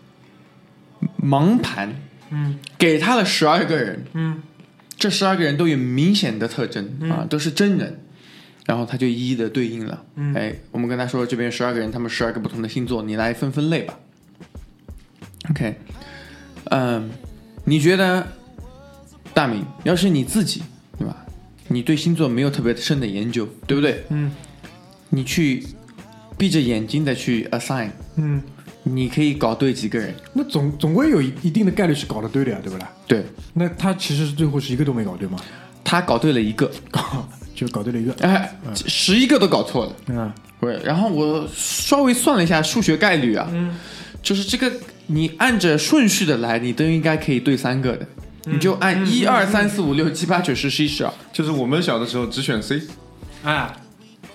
盲盘，嗯，给他了十二个人，嗯，这十二个人都有明显的特征，嗯、啊，都是真人。然后他就一一的对应了，嗯，哎，我们跟他说这边十二个人，他们十二个不同的星座，你来分分类吧。OK， 嗯，你觉得大明，要是你自己，对吧？你对星座没有特别深的研究，对不对？嗯，你去闭着眼睛的去 assign， 嗯，你可以搞对几个人？ 那总总归有一定的概率是搞得对的呀，对不啦？ 对。 那他其实最后是一个都没搞对吗？ 他搞对了一个。 就搞对了一个， 哎，十一个都搞错了， 嗯， 对。然后我稍微算了一下数学概率啊，嗯，就是这个你按着顺序的来，你都应该可以对三个的，嗯、你就按一二三四五六七八九十十一十二， 就是我们小的时候只选 C， 哎，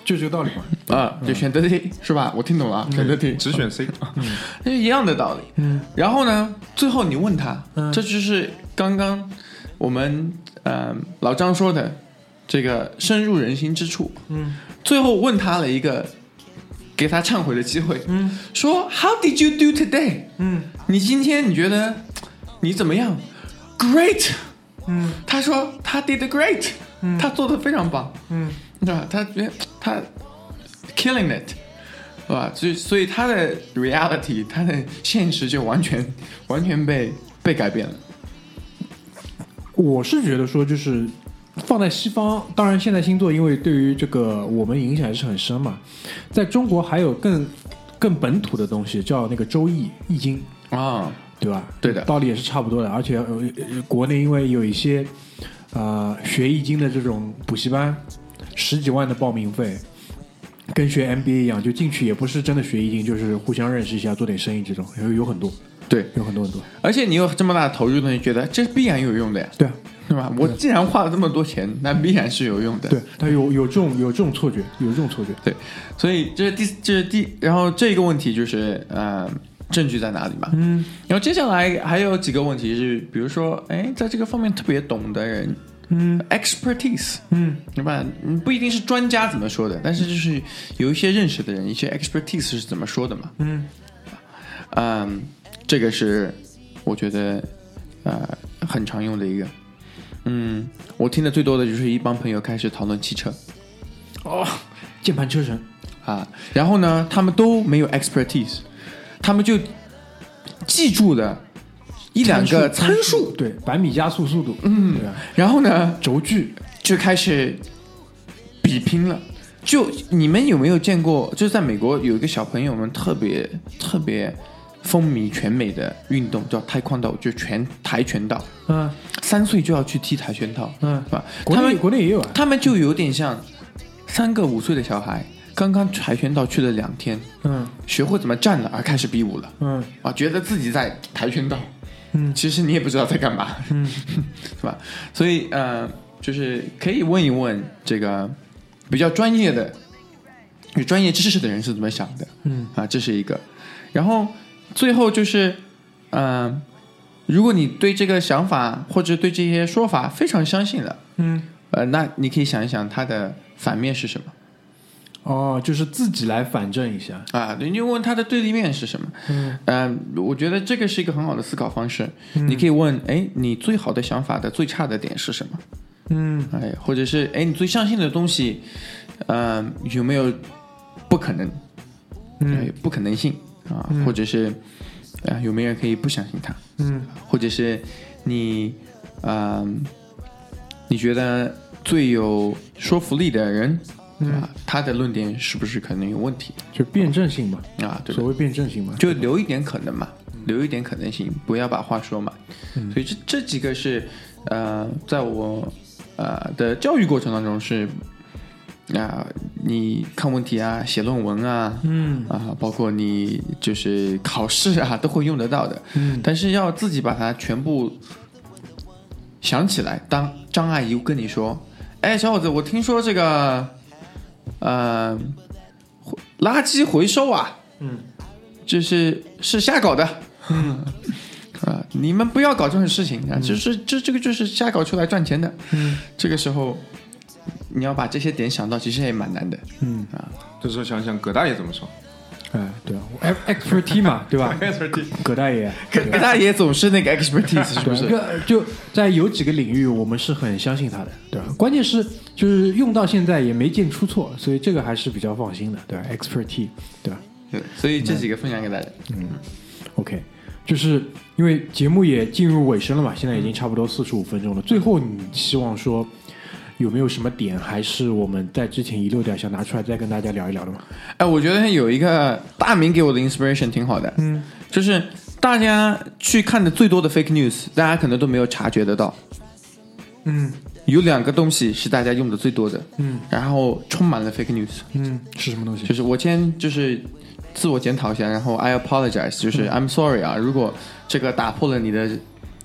就这个道理嘛。 啊，就选择题是吧？我听懂了啊，选择题只选 C， 那是一样的道理。 嗯， 然后呢，最后你问他， 嗯这就是刚刚我们呃老张说的这个深入人心之处。 嗯， 最后问他了一个给他忏悔的机会。 嗯， 说 How did you do today？ 嗯， 你今天你觉得你怎么样 ？Great。 嗯， 他说他 did great。嗯，他做的非常棒。 嗯， 对吧？他他 killing it。是吧？所以，所以他的 reality， 他的现实就完全完全被被改变了。 我是觉得说，就是放在西方，当然现在星座因为对于这个我们影响也是很深嘛。在中国还有更更本土的东西，叫那个周易易经啊， 对吧？ 对的， 道理也是差不多的。而且、呃、国内因为有一些呃学易经的这种补习班，十几万的报名费。跟学 M B A 一样，就进去也不是真的学易经，就是互相认识一下，做点生意这种，有有很多， 对， 有很多很多。 而且你有这么大的投入，你觉得这必然有用的呀， 对啊， 对吧？我既然花了这么多钱，那必然是有用的。 对，他有有这种有这种错觉，有这种错觉。 对，所以这是第这是第，然后这个问题就是呃，证据在哪里嘛？嗯，然后接下来还有几个问题是，比如说，哎，在这个方面特别懂的人。嗯 ，expertise， 嗯，对吧？不一定是专家怎么说的，但是就是有一些认识的人，一些 expertise 是怎么说的嘛？嗯，嗯，这个是我觉得呃很常用的一个。嗯，我听的最多的就是一帮朋友开始讨论汽车。 哦，键盘车神啊，然后呢，他们都没有 expertise， 他们就记住了。一两个参数， 对，百米加速速度，嗯，对啊， 然后呢， 轴距就开始比拼了。就你们有没有见过？就在美国有一个小朋友们特别特别风靡全美的运动叫跆拳道，就拳跆拳道。 嗯， 三岁就要去踢跆拳道， 嗯， 是吧？ 国内国内也有啊， 他们就有点像三个五岁的小孩。刚刚跆拳道去了两天， 嗯， 学会怎么站了，而开始比武了， 嗯， 啊，觉得自己在跆拳道。 嗯， 其实你也不知道在干嘛，嗯，是吧？所以呃，就是可以问一问这个比较专业的、有专业知识的人是怎么想的， 嗯啊，这是一个。然后最后就是呃，如果你对这个想法或者对这些说法非常相信了， 嗯， 呃，那你可以想一想它的反面是什么。 哦，就是自己来反证一下啊，你就问他的对立面是什么？嗯，呃，我觉得这个是一个很好的思考方式。嗯、你可以问，哎，你最好的想法的最差的点是什么？ 嗯， 哎，或者是，哎，你最相信的东西，呃，有没有不可能？嗯，不可能性啊，嗯、或者是啊、呃，有没有人可以不相信他？ 嗯， 或者是你，呃，你觉得最有说服力的人？啊，他的论点是不是可能有问题？ 就辩证性嘛， 啊，对， 所谓辩证性嘛， 就留一点可能嘛，留一点可能性，不要把话说满。嗯、所以这这几个是呃，在我呃的教育过程当中是啊、呃，你看问题啊，写论文啊，嗯啊，包括你就是考试啊，都会用得到的。嗯，但是要自己把它全部想起来。当张阿姨跟你说：“哎，小伙子，我听说这个。”呃，垃圾回收啊，嗯，就是是瞎搞的，嗯，啊，你们不要搞这种事情啊，就是这这个就是瞎搞出来赚钱的，嗯，这个时候你要把这些点想到，其实也蛮难的，嗯啊， 这时候想想葛大爷怎么说？ 哎，对啊 ，expertise 嘛，对吧？葛大爷， 葛葛大爷总是那个 expertise， 是不是？ 就在有几个领域，我们是很相信他的，对吧？关键是就是用到现在也没见出错，所以这个还是比较放心的，对吧 ？expertise， 对吧？ 对，所以这几个分享给大家。 嗯 ，OK，就是因为节目也进入尾声了嘛，现在已经差不多四十五分钟了。最后，你希望说有没有什么点，还是我们在之前遗漏掉，想拿出来再跟大家聊一聊的吗？ 哎，我觉得有一个大明给我的 inspiration 挺好的，嗯，就是大家去看的最多的 fake news， 大家可能都没有察觉得到，嗯，有两个东西是大家用的最多的，嗯，然后充满了 fake news， 嗯，是什么东西？ 就是我先就是自我检讨一下，然后 I apologize， 就是 I'm sorry 啊，如果这个打破了你的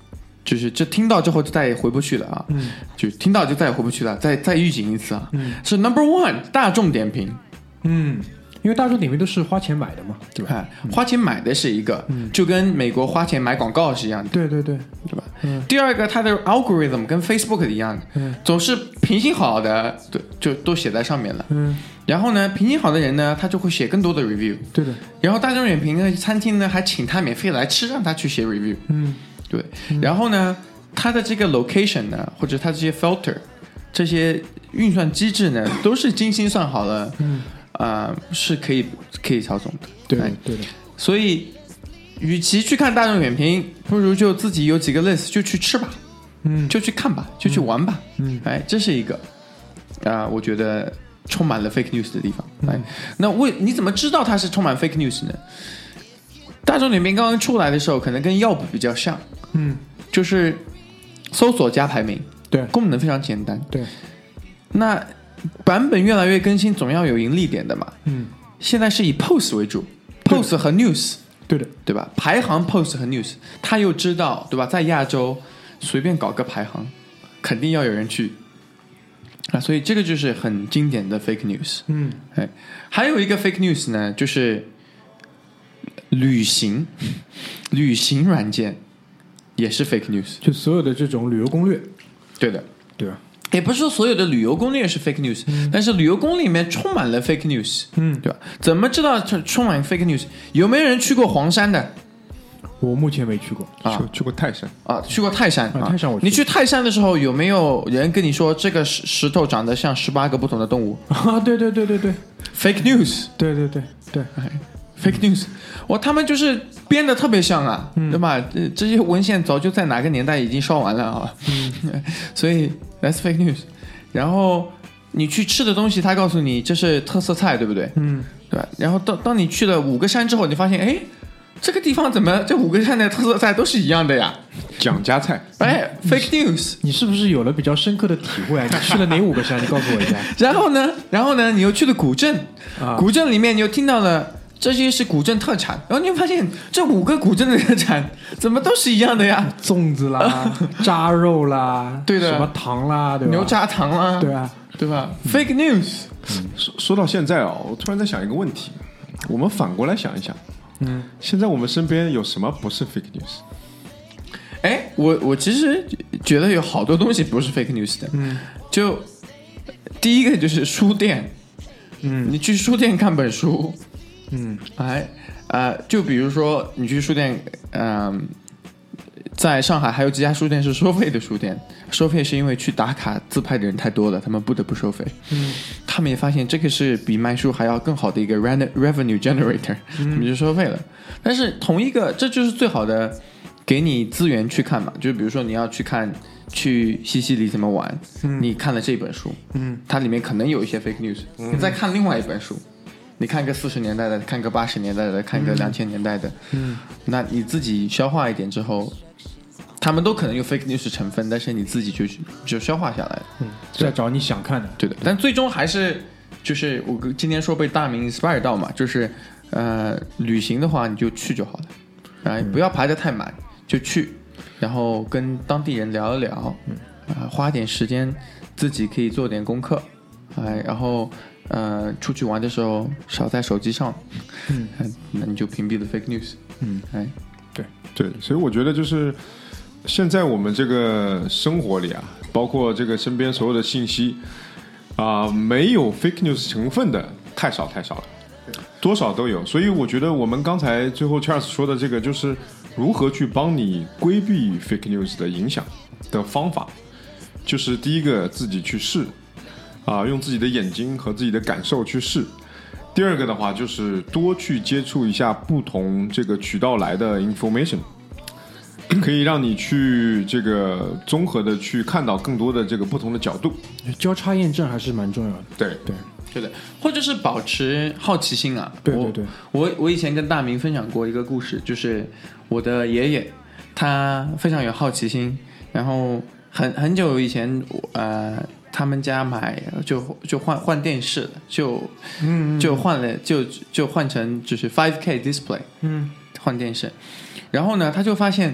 就是这听到之后就再也回不去了啊， 嗯， 就听到就再也回不去了，再再预警一次啊， 嗯， 是 number one 大众点评， 嗯，因为大众点评都是花钱买的嘛，对吧？ 哎，花钱买的是一个， 嗯就跟美国花钱买广告是一样的， 对对对， 对吧？ 嗯第二个，它的 algorithm 跟 Facebook 一样的， 嗯总是评星好的，对，就都写在上面了。 嗯， 然后呢，评星好的人呢，他就会写更多的 review。 对的， 然后大众点评的餐厅呢，还请他免费来吃，让他去写 review。 嗯对，然后呢，它的这个 location 呢，或者它这些 filter 这些运算机制呢，都是精心算好了， 嗯， 啊、呃，是可以可以操纵的。 对哎对的， 所以，与其去看大众点评，不如就自己有几个 list 就去吃吧， 嗯就去看吧，就去玩吧。 嗯， 哎，这是一个啊、呃，我觉得充满了 fake news 的地方。 嗯哎，那为你怎么知道它是充满 fake news 呢？大众点评刚刚出来的时候，可能跟 Yelp 比较像， 嗯， 就是搜索加排名， 对功能非常简单。 对， 那版本越来越更新，总要有盈利点的嘛。 嗯， 现在是以 post 为主 ，post 和 news。 对的， 对吧？排行 post 和 news， 他又知道，对吧？在亚洲随便搞个排行，肯定要有人去啊，所以这个就是很经典的 fake news。 嗯， 哎，还有一个 fake news 呢，就是旅行，旅行软件也是 fake news。 就所有的这种旅游攻略， 对的， 对吧？ 也不是说所有的旅游攻略是 fake news，、嗯、但是旅游攻略里面充满了 fake news， 嗯， 对吧？怎么知道充满 fake news？ 有没有人去过黄山的？ 我目前没去过啊， 去去过泰山啊，去过泰山啊，泰山我去。 你去泰山的时候，有没有人跟你说这个石石头长得像十八个不同的动物？ 啊，对对对对对 ，fake news， 对对对对、 哎、，fake news， 我他们就是编的特别像啊，嗯、对吧？这这些文献早就在哪个年代已经烧完了啊，嗯、所以 that's fake news。然后你去吃的东西，他告诉你这是特色菜，对不对？ 嗯， 对吧？然后当当你去了五个山之后，你发现，哎，这个地方怎么这五个山的特色菜都是一样的呀？ 蒋家菜， 哎 ，fake news， 你是不是有了比较深刻的体会啊？你去了哪五个山？你告诉我一下。 然后呢，然后呢，你又去了古镇， 啊、 古镇里面你又听到了这些是古镇特产，然后你会发现这五个古镇的特产怎么都是一样的呀？ 粽子啦，扎肉啦， 对的， 什么糖啦，对吧？ 牛轧糖啦， 对啊， 对吧、嗯、？fake news。 嗯、说说到现在啊、哦，我突然在想一个问题，我们反过来想一想，嗯，现在我们身边有什么不是 fake news？ 哎，我我其实觉得有好多东西不是 fake news 的， 嗯， 就第一个就是书店， 嗯， 你去书店看本书， 嗯， 哎，呃，就比如说你去书店，嗯、呃，在上海还有几家书店是收费的书店，收费是因为去打卡自拍的人太多了，他们不得不收费， 嗯， 他们也发现这个是比卖书还要更好的一个 revenue generator，嗯，他们就收费了，但是同一个，这就是最好的。给你资源去看嘛，就比如说你要去看去西西里怎么玩，嗯、你看了这本书， 嗯， 它里面可能有一些 fake news，、嗯、你再看另外一本书，你看个四十年代的，看个八十年代的，看个两千年代的， 嗯， 那你自己消化一点之后，他们都可能有 fake news 成分，但是你自己就就消化下来了， 嗯，再找你想看的， 对的，但最终还是就是我今天说被大明 inspire 到嘛，就是呃，旅行的话你就去就好了，啊、嗯，不要排得太满。就去，然后跟当地人聊一聊，嗯，啊、呃，花点时间，自己可以做点功课，哎，然后呃，出去玩的时候少在手机上， 嗯， 那你就屏蔽了 fake news， 嗯， 哎， 对对，所以我觉得就是现在我们这个生活里啊，包括这个身边所有的信息啊、呃，没有 fake news 成分的太少太少了，多少都有，所以我觉得我们刚才最后 Charles 说的这个就是如何去帮你规避 fake news 的影响的方法，就是第一个自己去试啊，用自己的眼睛和自己的感受去试。第二个的话就是多去接触一下不同这个渠道来的 information， 可以让你去这个综合的去看到更多的这个不同的角度。 交叉验证还是蛮重要的。 对对。 对的，或者是保持好奇心啊。 对对对， 我我我以前跟大明分享过一个故事，就是我的爷爷，他非常有好奇心，然后很很久以前，呃，他们家买就就换换电视了，就嗯就换了就就换成就是 five K display， 嗯， 换电视，然后呢，他就发现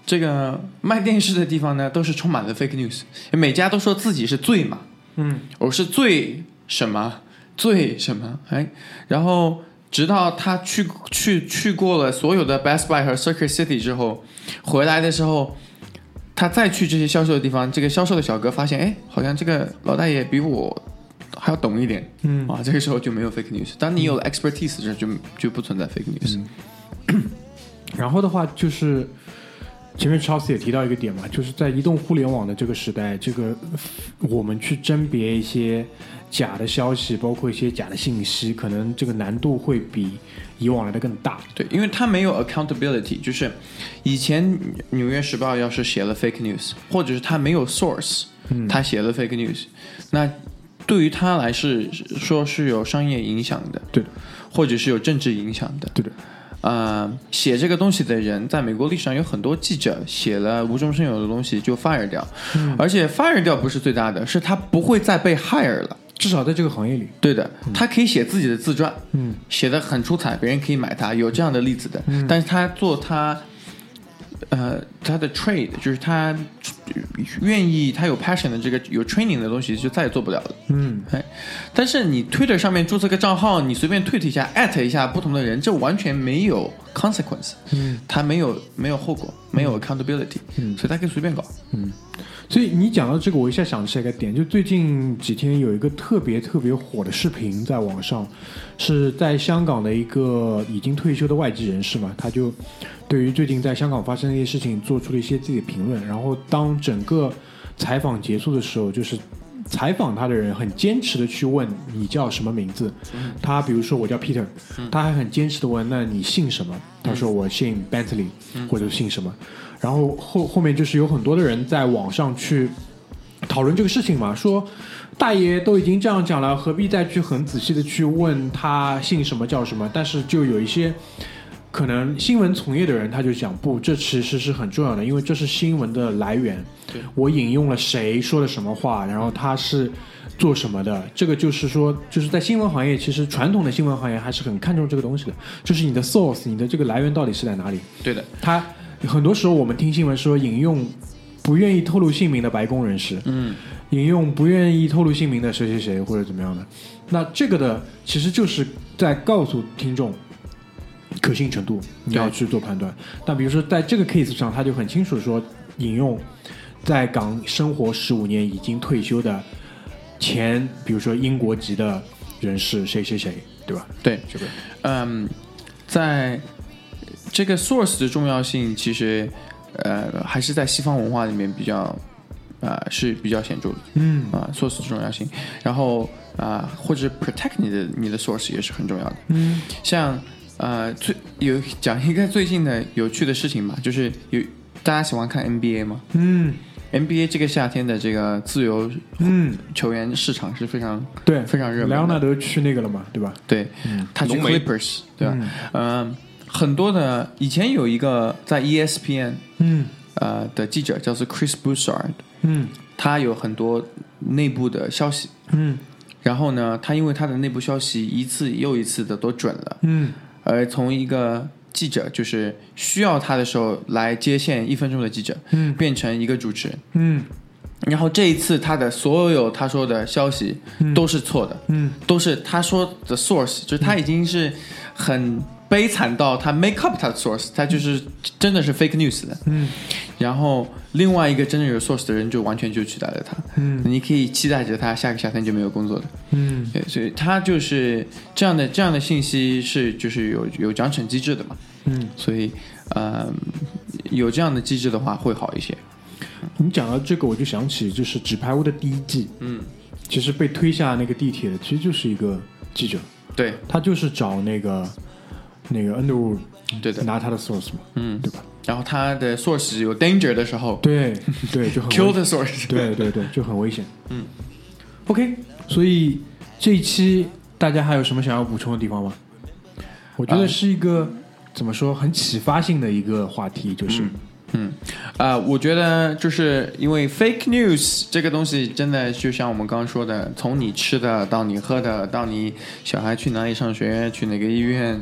这个卖电视的地方呢，都是充满了 fake news， 每家都说自己是最嘛， 嗯， 我是最什么最什么，哎，然后直到他去去去过了所有的 Best Buy 和 Circuit City 之后，回来的时候，他再去这些销售的地方，这个销售的小哥发现，哎，好像这个老大爷比我还要懂一点， 嗯啊，这个时候就没有 fake news。当你有了 expertise 这就就不存在 fake news。 嗯、然后的话就是前面 Charles 也提到一个点嘛，就是在移动互联网的这个时代，这个我们去甄别一些假的消息，包括一些假的信息，可能这个难度会比以往来的更大。 对，因为它没有 accountability， 就是以前纽约时报要是写了 fake news， 或者是它没有 source， 嗯， 它写了 fake news， 那对于他来是说是有商业影响的， 对的， 或者是有政治影响的， 对的。 呃，写这个东西的人，在美国历史上有很多记者写了无中生有的东西就 fire 掉，嗯、而且 fire 掉不是最大的，是他不会再被 hire 了， 至少在这个行业里。 对的，他可以写自己的自传， 嗯， 写得很出彩，别人可以买他，有这样的例子的，嗯、但是他做他。呃，他的 trade 就是他愿意，他有 passion 的这个有 training 的东西，就再也做不了了。 嗯， 哎，但是你 Twitter 上面注册个账号，你随便 tweet 一下 ，at 一下不同的人，这完全没有 consequence。 嗯， 他没有没有后果，没有 accountability。 嗯， 所以他可以随便搞。 嗯，所以你讲到这个，我一下想起来一个点，就最近几天有一个特别特别火的视频在网上，是在香港的一个已经退休的外籍人士嘛，他就对于最近在香港发生的一些事情做出了一些自己的评论。然后当整个采访结束的时候，就是采访他的人很坚持的去问你叫什么名字，嗯、他比如说我叫 Peter，嗯、他还很坚持的问那你姓什么？他说我姓 Bentley，嗯、或者姓什么。然后后后面就是有很多的人在网上去讨论这个事情嘛，说大爷都已经这样讲了，何必再去很仔细的去问他姓什么叫什么？但是就有一些可能新闻从业的人他就讲不，这其实是很重要的，因为这是新闻的来源，我引用了谁说了什么话，然后他是做什么的，这个就是说就是在新闻行业，其实传统的新闻行业还是很看重这个东西的，就是你的 source， 你的这个来源到底是在哪里。 对的， 他很多时候我们听新闻说引用不愿意透露姓名的白宫人士， 嗯， 引用不愿意透露姓名的谁谁谁或者怎么样的，那这个的其实就是在告诉听众可信程度，你要去做判断。但比如说在这个 case 上，他就很清楚说引用在港生活十五年已经退休的前，比如说英国籍的人士谁谁谁，对吧？ 对， 这个， 嗯，在这个 source 的重要性，其实呃还是在西方文化里面比较啊、呃、是比较显著的， 嗯啊、呃、source 的重要性，然后啊、呃、或者 protect 你的你的 source 也是很重要的， 嗯， 像呃最有讲一个最近的有趣的事情吧，就是有大家喜欢看 N B A 吗？ 嗯。 N B A 这个夏天的这个自由嗯球员市场是非常对非常热门的。 莱昂纳德去那个了嘛，对吧？ 对，嗯、他去 Clippers， 对吧？嗯、呃，很多的以前有一个在 E S P N 嗯呃的记者叫做 Chris Broussard， 嗯， 他有很多内部的消息， 嗯， 然后呢，他因为他的内部消息一次又一次的都准了， 嗯， 而从一个记者就是需要他的时候来接线一分钟的记者， 嗯， 变成一个主持人， 嗯， 然后这一次他的所有他说的消息都是错的， 嗯， 都是他说的 source， 就是他已经是很悲惨到他 make up 他的 source， 他就是真的是 fake news 的， 嗯， 然后另外一个真正有 source 的人就完全就取代了他， 嗯， 你可以期待着他下个夏天就没有工作的， 嗯， 对，所以他就是这样的这样的信息是就是有有奖惩机制的嘛， 嗯， 所以呃有这样的机制的话会好一些。 你讲到这个，我就想起就是《纸牌屋》的第一季， 嗯， 其实被推下那个地铁的其实就是一个记者， 对， 他就是找那个那个 Underwood， 对的， 拿他的 source 嘛， 嗯， 对吧？ 然后他的 source 有 danger 的时候， 对对，就很 kill the source， 对对对，就很危险。 嗯 ，OK， 所以这一期大家还有什么想要补充的地方吗？我觉得是一个、嗯、怎么说很启发性的一个话题，就是。 嗯嗯，啊、呃，我觉得就是因为 fake news 这个东西，真的就像我们刚刚说的，从你吃的到你喝的，到你小孩去哪里上学，去哪个医院，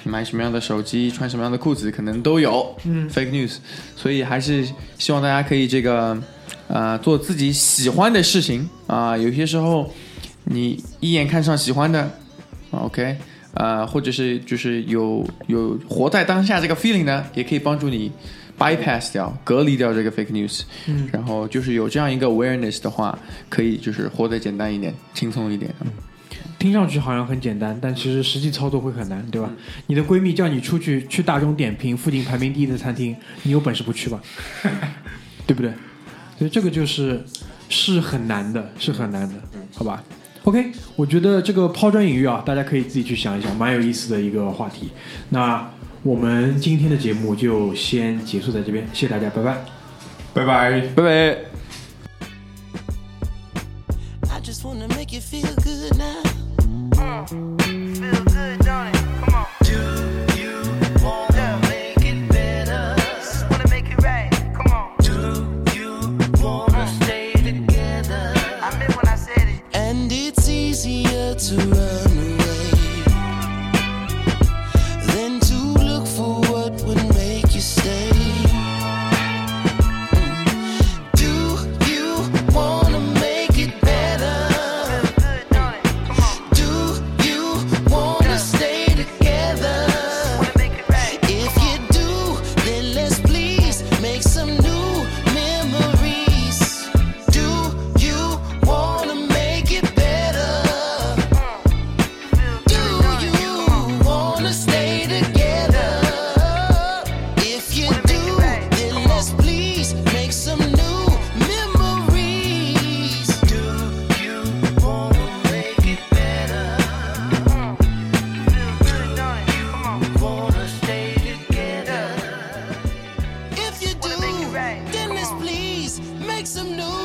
买什么样的手机，穿什么样的裤子，可能都有、嗯、fake news。所以还是希望大家可以这个呃做自己喜欢的事情啊、呃。有些时候你一眼看上喜欢的 ，OK， 呃，或者是就是有有活在当下这个 feeling 呢，也可以帮助你。bypass 掉隔离掉这个 fake news、嗯、然后就是有这样一个 awareness 的话，可以就是活得简单一点，轻松一点、嗯、 听上去好像很简单，但其实实际操作会很难，对吧、嗯、你的闺蜜叫你出去去大众点评附近排名第一的餐厅，你有本事不去吧对不对？所以这个就是是很难的，是很难的，好吧。 OK， 我觉得这个抛砖引玉啊，大家可以自己去想一想，蛮有意思的一个话题。那我们今天的节目就先结束在这边，谢谢大家，拜拜， 拜拜， 拜拜。 I just wanna make you feel good now. Uh, feel good, don't it? Come on. Do you wanna make it better? Just wanna make it right. Come on. Do you wanna stay together? I meant when I said it. And it's easier to run away than to look for what would make you stay. Do you wanna make it better? Do you wanna stay together? If you do, then let's please make some new memories. Do you wanna make it better? Do you wanna stay together? If you do, then let's please make some new memories. Do you wanna make it better? Feel good, don't it? Come on. Wanna stay together? If you do, then let's please make some new